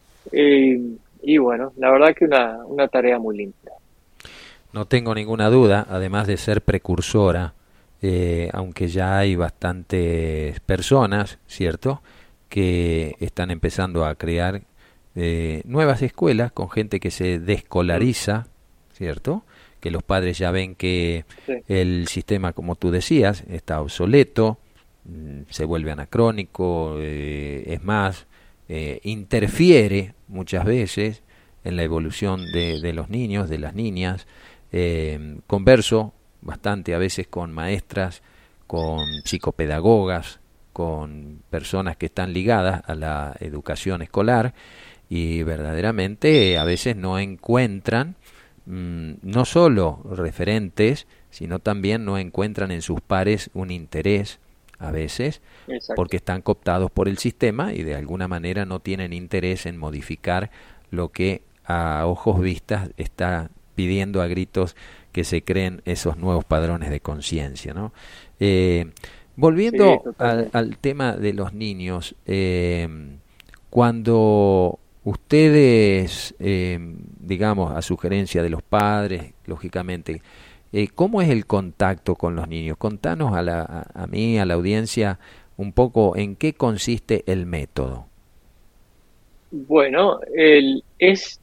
S2: Y bueno, la verdad que una tarea muy linda.
S1: No tengo ninguna duda, además de ser precursora, aunque ya hay bastantes personas, ¿cierto?, que están empezando a crear nuevas escuelas con gente que se
S2: Mm,
S1: descolariza, ¿cierto? Que los padres ya ven que
S2: sí,
S1: el sistema, como tú decías, está obsoleto, se vuelve anacrónico, es más, interfiere muchas veces en la evolución de los niños, de las niñas. Converso bastante a veces con maestras, con psicopedagogas, con personas que están ligadas a la educación escolar, y verdaderamente a veces no encuentran no solo referentes, sino también no encuentran en sus pares un interés a veces.
S2: Exacto.
S1: Porque están cooptados por el sistema y de alguna manera no tienen interés en modificar lo que a ojos vistas está pidiendo a gritos que se creen esos nuevos padrones de conciencia, ¿no? Volviendo
S2: Sí,
S1: al tema de los niños, cuando ustedes, digamos, a sugerencia de los padres, lógicamente, ¿cómo es el contacto con los niños? Contanos a mí, a la audiencia, un poco en qué consiste el método.
S2: Bueno, es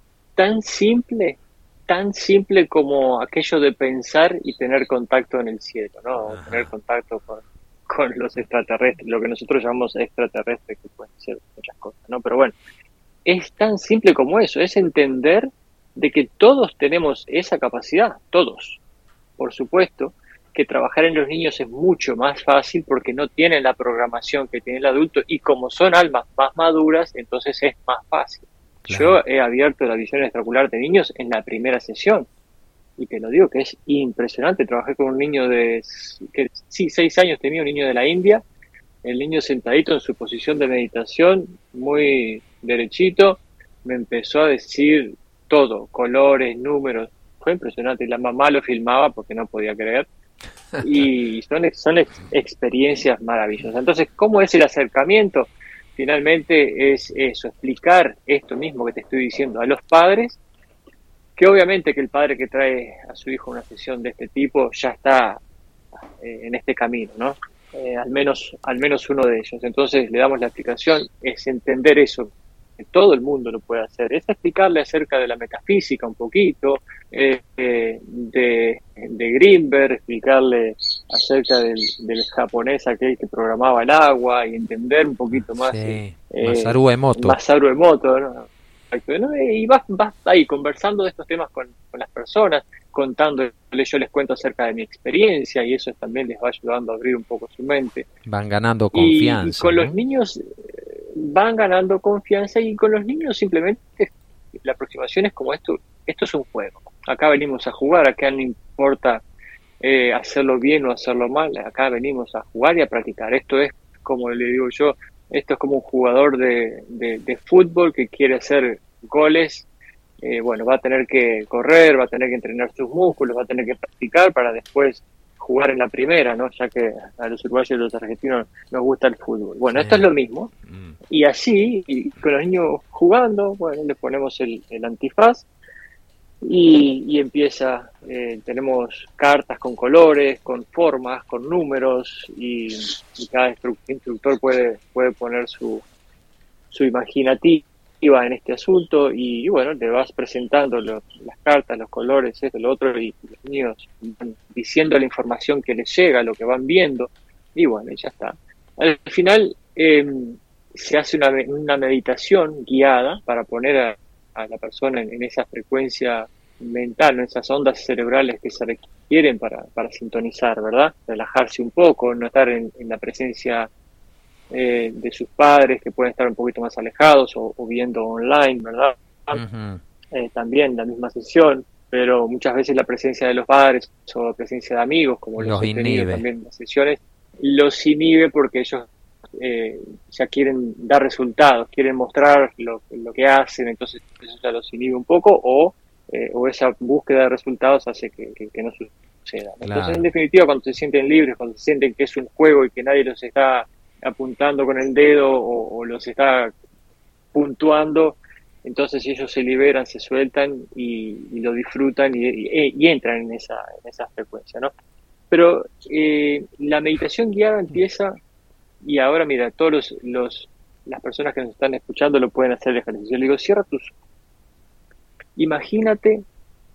S2: tan simple como aquello de pensar y tener contacto en el cielo, ¿no? Tener
S1: Ajá,
S2: contacto con los extraterrestres, lo que nosotros llamamos extraterrestres, que pueden ser muchas cosas, ¿no? Pero bueno, es tan simple como eso, es entender de que todos tenemos esa capacidad, todos. Por supuesto que trabajar en los niños es mucho más fácil porque no tienen la programación que tiene el adulto y como son almas más maduras, entonces es más fácil. Yo
S1: claro.
S2: he abierto la visión extraocular de niños en la primera sesión y te lo digo que es impresionante. Trabajé con un niño que sí, 6 años tenía, un niño de la India, el niño sentadito en su posición de meditación, muy derechito, me empezó a decir todo, colores, números, fue impresionante. Y la mamá lo filmaba porque no podía creer. Y son experiencias maravillosas. Entonces, ¿cómo es el acercamiento? Finalmente es eso, explicar esto mismo que te estoy diciendo a los padres, que obviamente que el padre que trae a su hijo a una sesión de este tipo ya está en este camino, ¿no? Al menos uno de ellos. Entonces le damos la explicación, es entender eso, que todo el mundo lo puede hacer, es explicarle acerca de la metafísica un poquito, de Greenberg, explicarle acerca del japonés aquel que programaba el agua y entender un poquito más
S1: Sí, Masaru Emoto.
S2: Masaru Emoto, ¿no? Exacto, ¿no? Y vas ahí conversando de estos temas con las personas, contándoles, yo les cuento acerca de mi experiencia y eso también les va ayudando a abrir un poco su mente.
S1: Van ganando
S2: Y
S1: confianza,
S2: con los
S1: ¿no?
S2: niños van ganando confianza y con los niños simplemente la aproximación es como esto es un juego. Acá venimos a jugar, acá no importa hacerlo bien o hacerlo mal, acá venimos a jugar y a practicar. Esto es, como le digo yo, esto es como un jugador de fútbol que quiere hacer goles. Bueno, va a tener que correr, va a tener que entrenar sus músculos, va a tener que practicar para después jugar en la primera, ¿no? Ya que a los uruguayos y los argentinos nos gusta el fútbol. Bueno, esto es
S1: Sí.
S2: lo mismo. Y así, y con los niños jugando, bueno, les ponemos el antifaz y empieza, tenemos cartas con colores, con formas, con números y cada instructor puede poner su imaginativa en este asunto y bueno, le vas presentando las cartas, los colores, esto, lo otro y los niños van diciendo la información que les llega, lo que van viendo y bueno, ya está. Al final se hace una meditación guiada para poner a la persona en esa frecuencia mental, en esas ondas cerebrales que se requieren para sintonizar, ¿verdad? Relajarse un poco, no estar en la presencia de sus padres que pueden estar un poquito más alejados o viendo online, ¿verdad?
S1: Ujú.
S2: También la misma sesión, pero muchas veces la presencia de los padres o la presencia de amigos, como los
S1: Los
S2: he tenido
S1: inhibe.
S2: también en las sesiones, los inhibe porque ellos ya quieren dar resultados, quieren mostrar lo que hacen, entonces eso ya los inhibe un poco o esa búsqueda de resultados hace que no suceda. Entonces, en
S1: Claro.
S2: definitiva, cuando se sienten libres, cuando se sienten que es un juego y que nadie los está apuntando con el dedo o los está puntuando, entonces ellos se liberan, se sueltan y lo disfrutan y entran en esa frecuencia, ¿no? Pero la meditación guiada empieza, y ahora mira, las personas que nos están escuchando lo pueden hacer el ejercicio. Le digo, cierra tus ojos. Imagínate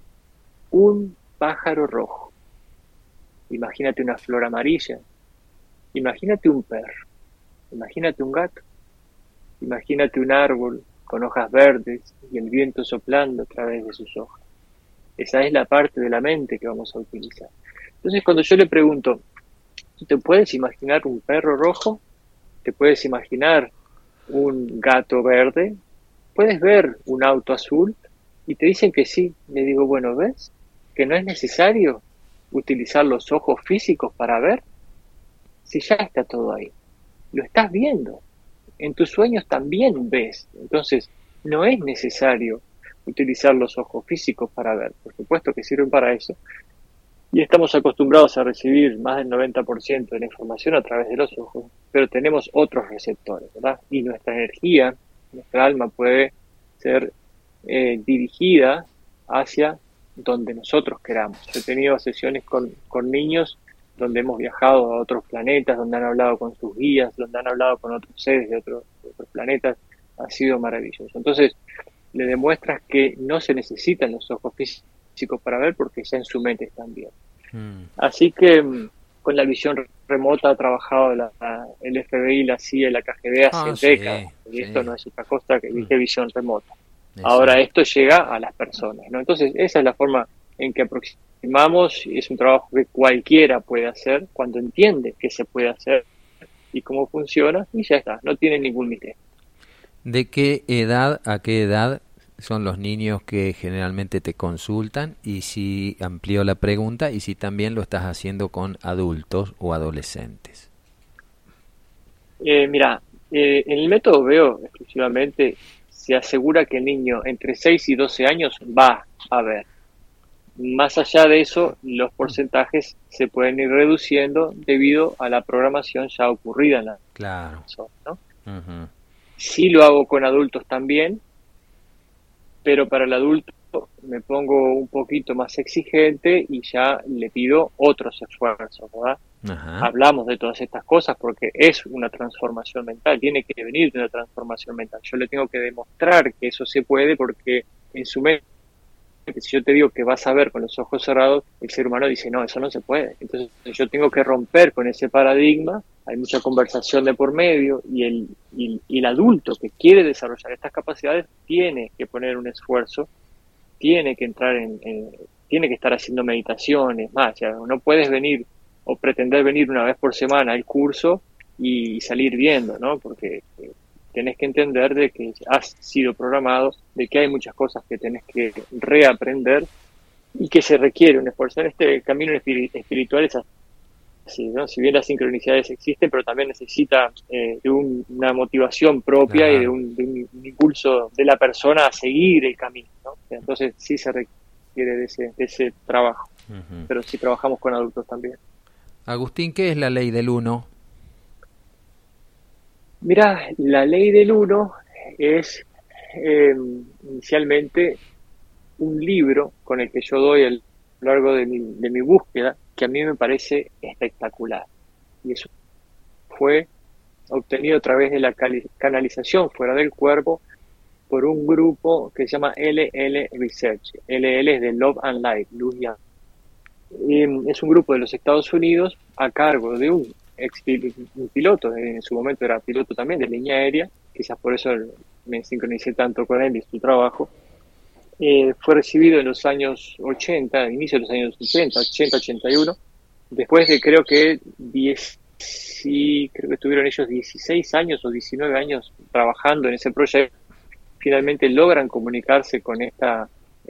S2: un pájaro rojo, imagínate una flor amarilla, imagínate un perro, imagínate un gato, imagínate un árbol con hojas verdes y el viento soplando a través de sus hojas. Esa es la parte de la mente que vamos a utilizar. Entonces, cuando yo le pregunto, ¿tú te puedes imaginar un perro rojo? ¿Te puedes imaginar un gato verde? ¿Puedes ver un auto azul? Y te dicen que sí. Le digo, bueno, ¿ves? Que no es necesario utilizar los ojos físicos para ver, si ya está todo ahí. Lo estás viendo. En tus sueños también ves. Entonces, no es necesario utilizar los ojos físicos para ver. Por supuesto que sirven para eso. Y estamos acostumbrados a recibir más del 90% de la información a través de los ojos, pero tenemos otros receptores, ¿verdad? Y nuestra energía, nuestra alma puede ser dirigida hacia donde nosotros queramos. Yo he tenido sesiones con niños donde hemos viajado a otros planetas, donde han hablado con sus guías, donde han hablado con otros seres de otros planetas. Ha sido maravilloso. Entonces, le demuestras que no se necesitan los ojos físicos para ver porque ya en su mente están bien. Así que con la visión remota ha trabajado el FBI, la CIA y la KGB hace décadas. Y esto no es otra cosa que dije visión remota. Ahora esto llega a las personas, ¿no? Entonces esa es la forma en que aproximamos. Es un trabajo que cualquiera puede hacer cuando entiende que se puede hacer y cómo funciona, y ya está, no tiene ningún misterio.
S1: ¿De qué edad a qué edad son los niños que generalmente te consultan? Y si amplió la pregunta, y si también lo estás haciendo con adultos o adolescentes.
S2: Mira, en el método veo exclusivamente, se asegura que el niño entre 6 y 12 años va a ver. Más allá de eso, los porcentajes se pueden ir reduciendo debido a la programación ya ocurrida en la persona, ¿no? Uh-huh. Sí lo hago con adultos también, pero para el adulto me pongo un poquito más exigente y ya le pido otros esfuerzos, ¿verdad? Uh-huh. Hablamos de todas estas cosas porque es una transformación mental, tiene que venir de una transformación mental. Yo le tengo que demostrar que eso se puede porque en su mente, si yo te digo que vas a ver con los ojos cerrados, el ser humano dice, no, eso no se puede. Entonces yo tengo que romper con ese paradigma. Hay mucha conversación de por medio y el adulto que quiere desarrollar estas capacidades tiene que poner un esfuerzo, tiene que entrar tiene que estar haciendo meditaciones, más, ya no puedes venir o pretender venir una vez por semana al curso y salir viendo, ¿no? Porque tenés que entender de que has sido programado, de que hay muchas cosas que tenés que reaprender y que se requiere un esfuerzo. En este camino espiritual es así, ¿no? Si bien las sincronicidades existen, pero también necesita de una motivación propia. Ajá. Y de un impulso de la persona a seguir el camino, ¿no? Entonces sí se requiere de ese trabajo. Uh-huh. Pero sí trabajamos con adultos también.
S1: Agustín, ¿qué es la ley del uno?
S2: Mira, la ley del uno es inicialmente un libro con el que yo doy a lo largo de mi búsqueda, que a mí me parece espectacular. Y eso fue obtenido a través de la canalización fuera del cuerpo por un grupo que se llama LL Research. LL es de Love and Light, Luz y Amor. Es un grupo de los Estados Unidos a cargo de un piloto, en su momento era piloto también de línea aérea, quizás por eso me sincronicé tanto con él y su trabajo. Fue recibido en los años 80, inicio de los años 80, 81, después de creo que estuvieron ellos 16 años o 19 años trabajando en ese proyecto. Finalmente logran comunicarse con esta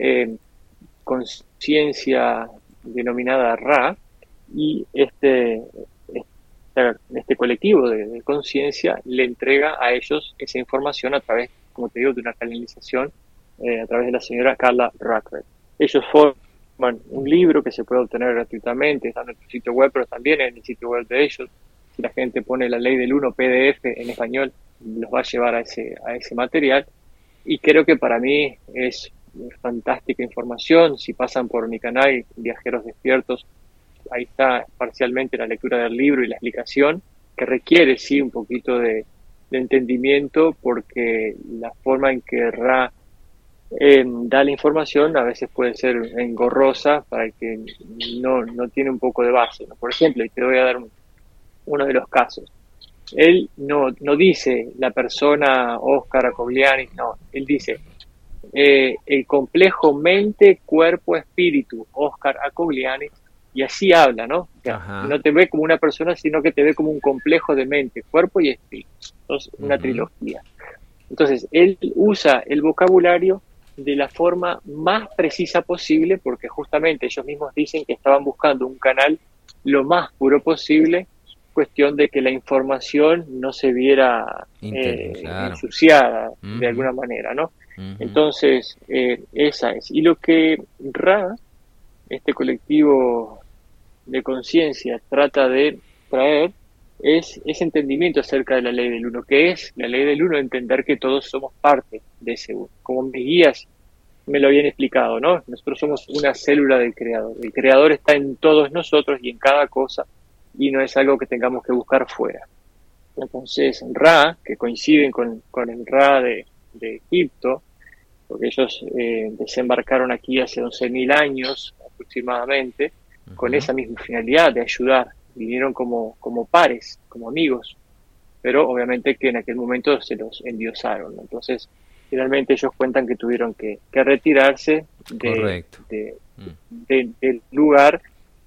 S2: conciencia denominada Ra, y este colectivo de conciencia le entrega a ellos esa información a través, como te digo, de una canalización a través de la señora Carla Ruckert. Ellos forman un libro que se puede obtener gratuitamente, está en nuestro sitio web, pero también en el sitio web de ellos. Si la gente pone la ley del 1 PDF en español, los va a llevar a ese material. Y creo que para mí es fantástica información. Si pasan por mi canal, Viajeros Despiertos, ahí está parcialmente la lectura del libro y la explicación, que requiere sí un poquito de entendimiento, porque la forma en que Ra da la información a veces puede ser engorrosa para el que no tiene un poco de base, ¿no? Por ejemplo, y te voy a dar uno de los casos. él no dice la persona Oscar Acogliani, no, él dice el complejo mente, cuerpo, espíritu, Oscar Acogliani, y así habla, ¿no? O sea,
S1: Ajá.
S2: no te ve como una persona, sino que te ve como un complejo de mente, cuerpo y espíritu. Entonces, una
S1: Ujú.
S2: trilogía. Entonces, él usa el vocabulario de la forma más precisa posible, porque justamente ellos mismos dicen que estaban buscando un canal lo más puro posible, cuestión de que la información no se viera
S1: Claro.
S2: ensuciada de
S1: Ujú,
S2: alguna manera, ¿no?
S1: ujú.
S2: Entonces, esa es. Y lo que RA, este colectivo de conciencia, trata de traer es ese entendimiento acerca de la ley del uno, que es la ley del uno, entender que todos somos parte de ese uno. Como mis guías me lo habían explicado, ¿no? Nosotros somos una célula del creador. El creador está en todos nosotros y en cada cosa, y no es algo que tengamos que buscar fuera. Entonces, Ra, que coinciden con el Ra de Egipto, porque ellos desembarcaron aquí hace 11.000 años aproximadamente, con
S1: Ujú.
S2: esa misma finalidad de ayudar. Vinieron como pares, como amigos, pero obviamente que en aquel momento se los endiosaron, ¿no? Entonces, finalmente ellos cuentan que tuvieron que retirarse
S1: Correcto. Mm.
S2: del lugar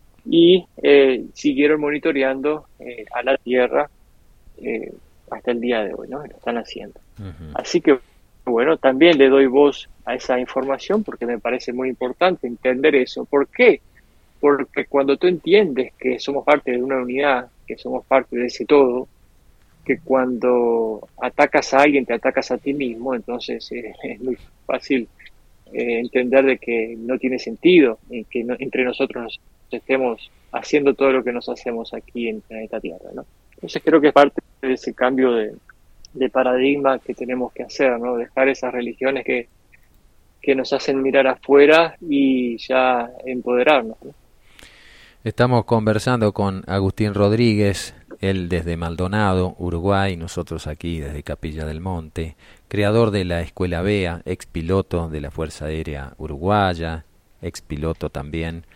S2: y siguieron monitoreando a la Tierra eh, hasta el día de hoy, ¿no? Lo están haciendo.
S1: Ujú.
S2: Así que, bueno, también le doy voz a esa información porque me parece muy importante entender eso. ¿Por qué? Porque cuando tú entiendes que somos parte de una unidad, que somos parte de ese todo, que cuando atacas a alguien te atacas a ti mismo, entonces es muy fácil entender de que no tiene sentido y que entre nosotros nos estemos haciendo todo lo que nos hacemos aquí en el planeta Tierra, ¿no? Entonces creo que es parte de ese cambio de paradigma que tenemos que hacer, ¿no? Dejar esas religiones que nos hacen mirar afuera y ya empoderarnos, ¿no?
S1: Estamos conversando con Agustín Rodríguez, él desde Maldonado, Uruguay, nosotros aquí desde Capilla del Monte, creador de la Escuela BEA, ex piloto de la Fuerza Aérea Uruguaya, ex piloto también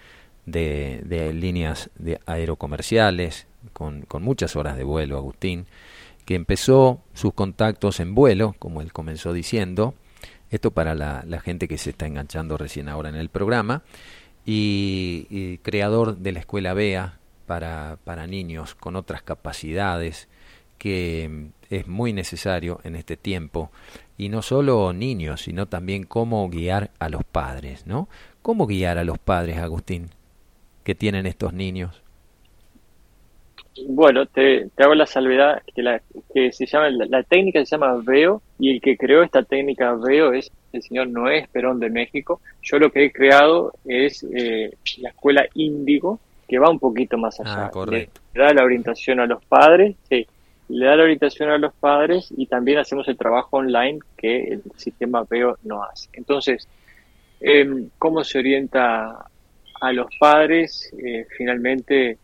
S1: de líneas de aerocomerciales, con muchas horas de vuelo, Agustín, que empezó sus contactos en vuelo, como él comenzó diciendo, esto para la gente que se está enganchando recién ahora en el programa, y creador de la escuela BEA para niños con otras capacidades que es muy necesario en este tiempo, y no solo niños, sino también cómo guiar a los padres, ¿no? ¿Cómo guiar a los padres, Agustín, que tienen estos niños?
S2: Bueno, te hago la salvedad que se llama, la técnica se llama VEO y el que creó esta técnica VEO es el señor Noé Esperón de México. Yo lo que he creado es la escuela Índigo, que va un poquito más
S1: Ah,
S2: allá. Le
S1: correcto.
S2: da la orientación a los padres, sí, le da la orientación a los padres y también hacemos el trabajo online que el sistema VEO no hace. Entonces, ¿cómo se orienta a los padres? Finalmente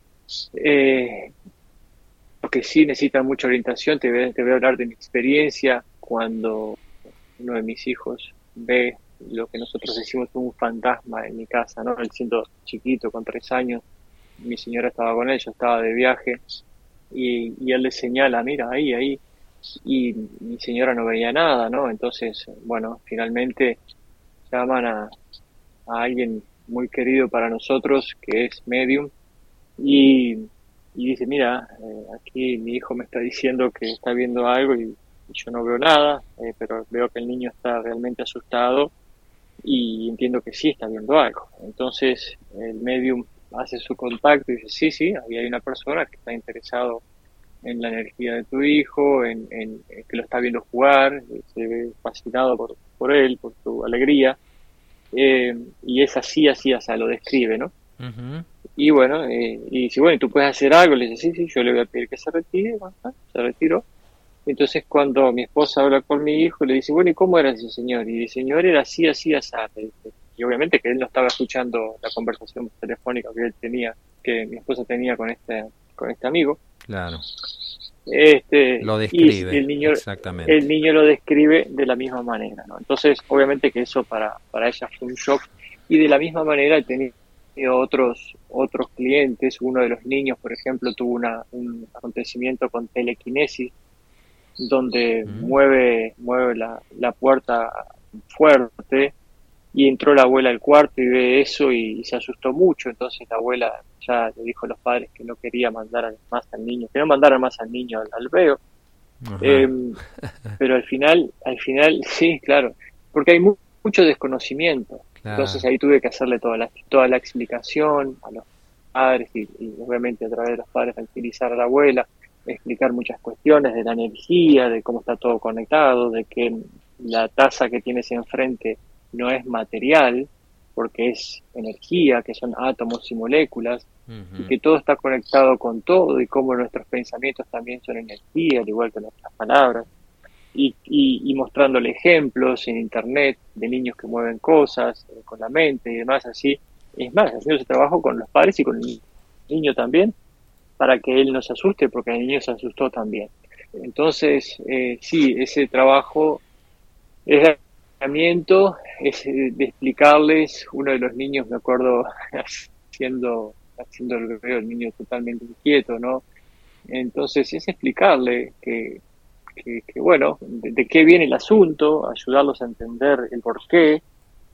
S2: eh, porque sí necesitan mucha orientación, te voy a hablar de mi experiencia cuando uno de mis hijos ve lo que nosotros decimos un fantasma en mi casa, ¿no? Él siendo chiquito, con 3 años, mi señora estaba con él, yo estaba de viaje y él le señala, mira, ahí, y mi señora no veía nada, ¿no? Entonces, bueno, finalmente llaman a alguien muy querido para nosotros, que es medium, y dice, mira, aquí mi hijo me está diciendo que está viendo algo y yo no veo nada, pero veo que el niño está realmente asustado y entiendo que sí está viendo algo. Entonces el medium hace su contacto y dice, sí, sí, ahí hay una persona que está interesado en la energía de tu hijo, en que lo está viendo jugar, se ve fascinado por él, por su alegría, y es así, así, así, lo describe, ¿no?
S1: Ujú.
S2: Y bueno, y dice, bueno, ¿y tú puedes hacer algo? Le dice, sí, sí, yo le voy a pedir que se retire. Bueno, se retiró. Entonces cuando mi esposa habla con mi hijo, le dice, bueno, ¿y cómo era ese señor? Y el señor era así, así, así. Le dice. Y obviamente que él no estaba escuchando la conversación telefónica que él tenía, que mi esposa tenía con este amigo.
S1: Claro, lo
S2: Y
S1: describe,
S2: el
S1: exactamente.
S2: niño lo describe de la misma manera, ¿no? Entonces, obviamente que eso para ella fue un shock. Y de la misma manera, él tenía otros clientes. Uno de los niños, por ejemplo, tuvo un acontecimiento con telequinesis, donde mueve la puerta fuerte, y entró la abuela al cuarto y ve eso y se asustó mucho. Entonces la abuela ya le dijo a los padres que no quería mandar más al niño, que no mandaran más al niño al veo.
S1: Ajá.
S2: Pero al final sí, claro, porque hay mucho desconocimiento. Entonces
S1: Claro.
S2: ahí tuve que hacerle toda la explicación a los padres, y obviamente a través de los padres tranquilizar a la abuela, explicar muchas cuestiones de la energía, de cómo está todo conectado, de que la taza que tienes enfrente no es material, porque es energía, que son átomos y moléculas, y
S1: Ujú.
S2: que todo está conectado con todo, y cómo nuestros pensamientos también son energía, al igual que nuestras palabras, y mostrándole ejemplos en internet de niños que mueven cosas con la mente y demás, así. Es más, haciendo ese trabajo con los padres y con el niño también, para que él no se asuste, porque el niño se asustó también. Entonces, sí, ese trabajo es de acompañamiento, es de explicarles. Uno de los niños, me acuerdo, haciendo el veo, el niño totalmente inquieto, ¿no? Entonces es explicarle que bueno, de qué viene el asunto, ayudarlos a entender el porqué,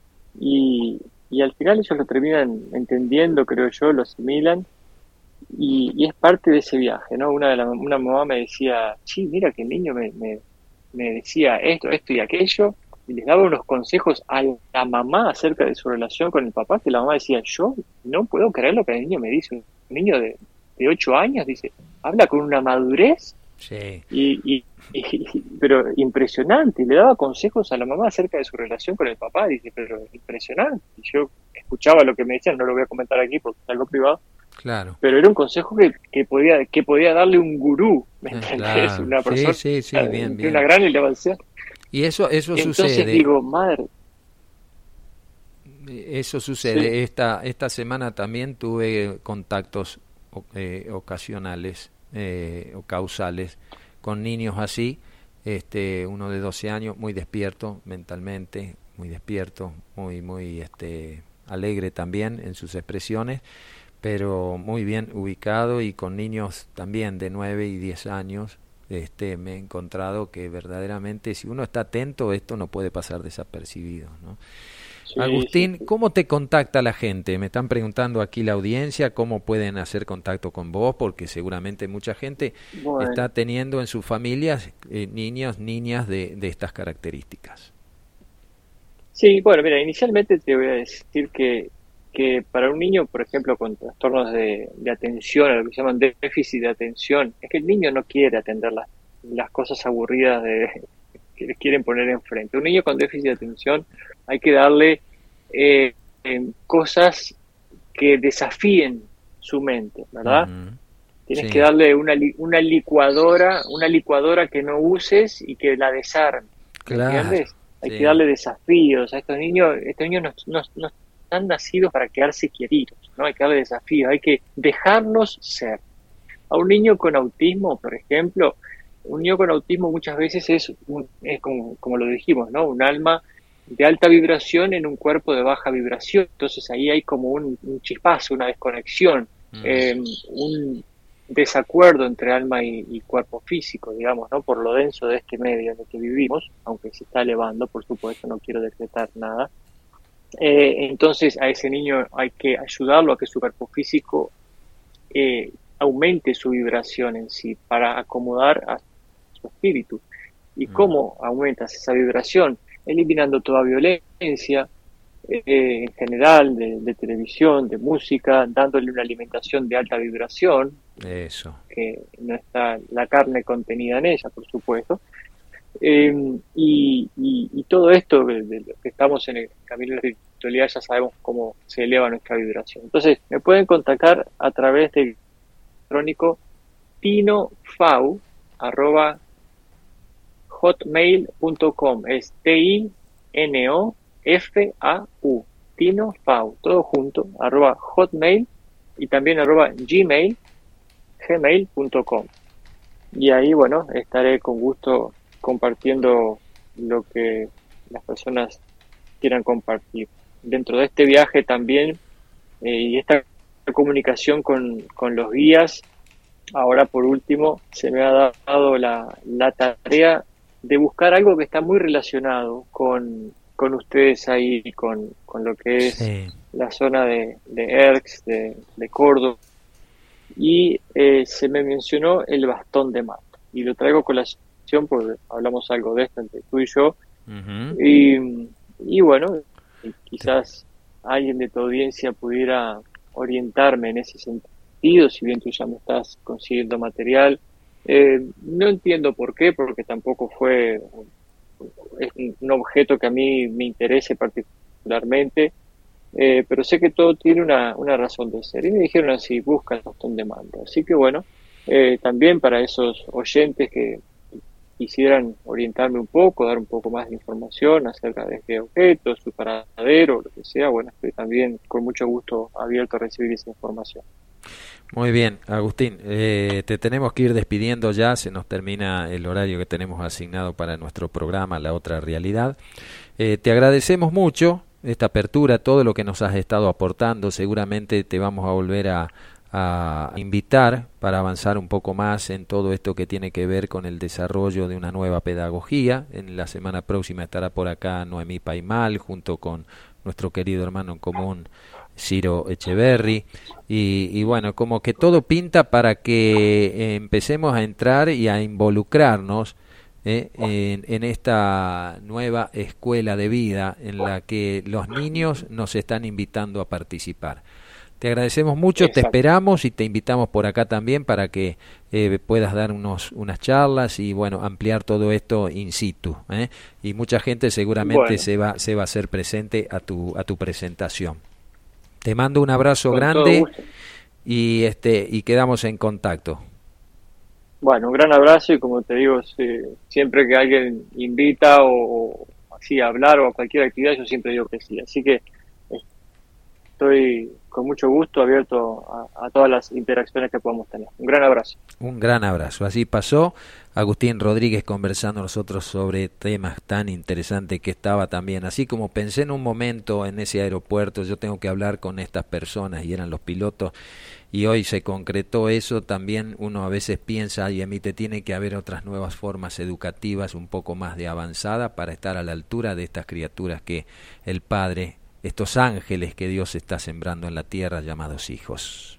S2: y al final ellos lo terminan entendiendo, creo yo, lo asimilan, y es parte de ese viaje, ¿no? Una mamá me decía, sí, mira que el niño me decía esto y aquello, y les daba unos consejos a la mamá acerca de su relación con el papá, que la mamá decía, yo no puedo creer lo que el niño me dice. Un niño de 8 años, dice, habla con una madurez
S1: Sí.
S2: pero impresionante. Y le daba consejos a la mamá acerca de su relación con el papá, dice, pero impresionante. Y yo escuchaba lo que me decían, no lo voy a comentar aquí porque es algo privado,
S1: Claro.
S2: pero era un consejo que podía darle un gurú, ¿me entendés?
S1: Claro.
S2: Una
S1: Sí,
S2: persona
S1: sí, sí, bien,
S2: de una
S1: bien.
S2: gran elevación.
S1: Y eso
S2: Entonces
S1: sucede.
S2: digo, madre,
S1: Eso
S2: sí,
S1: sucede. Esta semana también tuve contactos ocasionales o causales con niños así. Uno de 12 años, muy despierto mentalmente, muy despierto, muy alegre también en sus expresiones, pero muy bien ubicado, y con niños también de 9 y 10 años. Me he encontrado que verdaderamente, si uno está atento, esto no puede pasar desapercibido, ¿no?
S2: sí, sí,
S1: Agustín,
S2: sí.
S1: ¿cómo te contacta la gente? Me están preguntando aquí la audiencia cómo pueden hacer contacto con vos, porque seguramente mucha gente está
S2: Bueno,
S1: teniendo en sus familias niños, niñas de estas características.
S2: sí, bueno, mira, inicialmente te voy a decir que para un niño, por ejemplo, con trastornos de atención, a lo que se llaman déficit de atención, es que el niño no quiere atender las cosas aburridas que le quieren poner enfrente. Un niño con déficit de atención hay que darle cosas que desafíen su mente, ¿verdad?
S1: Ujú.
S2: Tienes que
S1: Sí,
S2: darle una licuadora que no uses y que la desarme, ¿me
S1: claro,
S2: entiendes? Hay que
S1: sí.
S2: darle desafíos a estos niños. Estos niños no están nacidos para quedarse quietitos, ¿no? Hay que darle desafíos, hay que dejarlos ser. A un niño con autismo, por ejemplo, un niño con autismo muchas veces es como lo dijimos, ¿no? Un alma de alta vibración en un cuerpo de baja vibración. Entonces ahí hay como un chispazo, una desconexión,
S1: Mm,
S2: un desacuerdo entre alma y cuerpo físico, digamos, ¿no? Por lo denso de este medio en el que vivimos, aunque se está elevando, por supuesto, no quiero decretar nada. Entonces a ese niño hay que ayudarlo a que su cuerpo físico aumente su vibración en sí para acomodar a su espíritu. ¿Y
S1: mm.
S2: cómo aumentas esa vibración? Eliminando toda violencia, en general, de televisión, de música, dándole una alimentación de alta vibración,
S1: Eso.
S2: que no está la carne contenida en ella, por supuesto. Y todo esto, de lo que estamos en el camino de la espiritualidad, ya sabemos cómo se eleva nuestra vibración. Entonces, me pueden contactar a través del electrónico tinofau arroba hotmail.com. Es TINOFAU, tinofau, todo junto, arroba hotmail, y también arroba gmail.com. Y ahí, bueno, estaré con gusto compartiendo lo que las personas quieran compartir. Dentro de este viaje también y esta comunicación con los guías. Ahora, por último, se me ha dado la tarea de buscar algo que está muy relacionado con ustedes ahí, con lo que es
S1: Sí.
S2: la zona de Erx, de Córdoba, y se me mencionó el bastón de mando. Y lo traigo a colación porque hablamos algo de esto entre tú y yo.
S1: Ujú.
S2: Y bueno, quizás alguien de tu audiencia pudiera orientarme en ese sentido, si bien tú ya me estás consiguiendo material. No entiendo por qué, porque tampoco es un objeto que a mí me interese particularmente, pero sé que todo tiene una razón de ser. Y me dijeron así, busca el bastón de mando. Así que bueno, también para esos oyentes que quisieran orientarme un poco, dar un poco más de información acerca de este objeto, su paradero, lo que sea, bueno, estoy también con mucho gusto abierto a recibir esa información.
S1: Muy bien, Agustín, te tenemos que ir despidiendo ya, se nos termina el horario que tenemos asignado para nuestro programa, La Otra Realidad. Te agradecemos mucho esta apertura, todo lo que nos has estado aportando, seguramente te vamos a volver a invitar para avanzar un poco más en todo esto que tiene que ver con el desarrollo de una nueva pedagogía. En la semana próxima estará por acá Noemí Paimal junto con nuestro querido hermano en común Ciro Echeverry y bueno, como que todo pinta para que empecemos a entrar y a involucrarnos en esta nueva escuela de vida en la que los niños nos están invitando a participar. Te agradecemos mucho, te
S2: Exacto.
S1: esperamos y te invitamos por acá también para que puedas dar unas charlas y bueno, ampliar todo esto in situ. Y mucha gente seguramente
S2: Bueno,
S1: se va a hacer presente a tu presentación. Te mando un abrazo
S2: con todo
S1: grande
S2: gusto.
S1: y quedamos en contacto.
S2: Bueno, un gran abrazo y como te digo, siempre que alguien invita o así a hablar o a cualquier actividad, yo siempre digo que sí. Así que estoy con mucho gusto abierto a todas las interacciones que podamos tener. Un gran abrazo.
S1: Un gran abrazo. Así pasó Agustín Rodríguez conversando nosotros sobre temas tan interesantes que estaba también. Así como pensé en un momento en ese aeropuerto, yo tengo que hablar con estas personas y eran los pilotos y hoy se concretó eso, también uno a veces piensa y a mí te tiene que haber otras nuevas formas educativas un poco más de avanzada para estar a la altura de estas criaturas que el Padre, estos ángeles que Dios está sembrando en la tierra llamados hijos.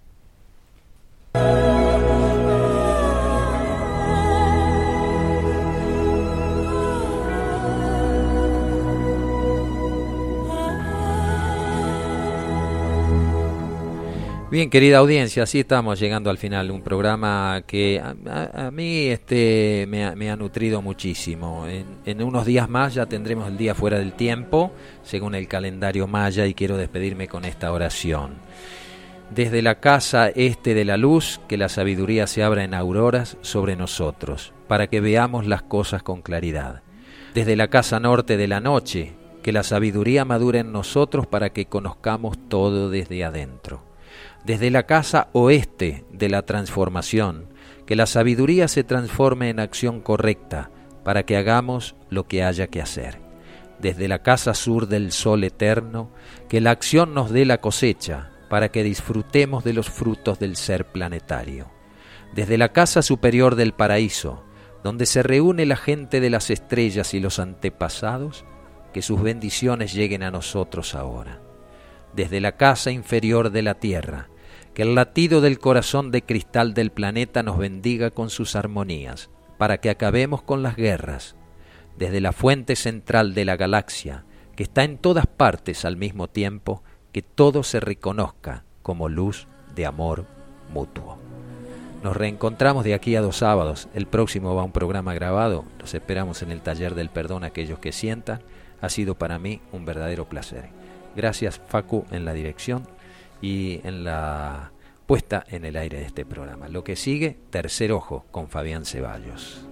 S1: Bien, querida audiencia, así estamos llegando al final de un programa que a mí me ha nutrido muchísimo. En unos días más ya tendremos el día fuera del tiempo, según el calendario maya, y quiero despedirme con esta oración. Desde la casa este de la luz, que la sabiduría se abra en auroras sobre nosotros, para que veamos las cosas con claridad. Desde la casa norte de la noche, que la sabiduría madure en nosotros para que conozcamos todo desde adentro. Desde la casa oeste de la transformación, que la sabiduría se transforme en acción correcta para que hagamos lo que haya que hacer. Desde la casa sur del sol eterno, que la acción nos dé la cosecha para que disfrutemos de los frutos del ser planetario. Desde la casa superior del paraíso, donde se reúne la gente de las estrellas y los antepasados, que sus bendiciones lleguen a nosotros ahora. Desde la casa inferior de la tierra, que el latido del corazón de cristal del planeta nos bendiga con sus armonías, para que acabemos con las guerras. Desde la fuente central de la galaxia, que está en todas partes al mismo tiempo, que todo se reconozca como luz de amor mutuo. Nos reencontramos de aquí a 2 sábados. El próximo va un programa grabado. Los esperamos en el taller del perdón aquellos que sientan. Ha sido para mí un verdadero placer. Gracias, Facu, en la dirección y en la puesta en el aire de este programa. Lo que sigue, Tercer Ojo con Fabián Ceballos.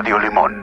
S3: Radio Limón.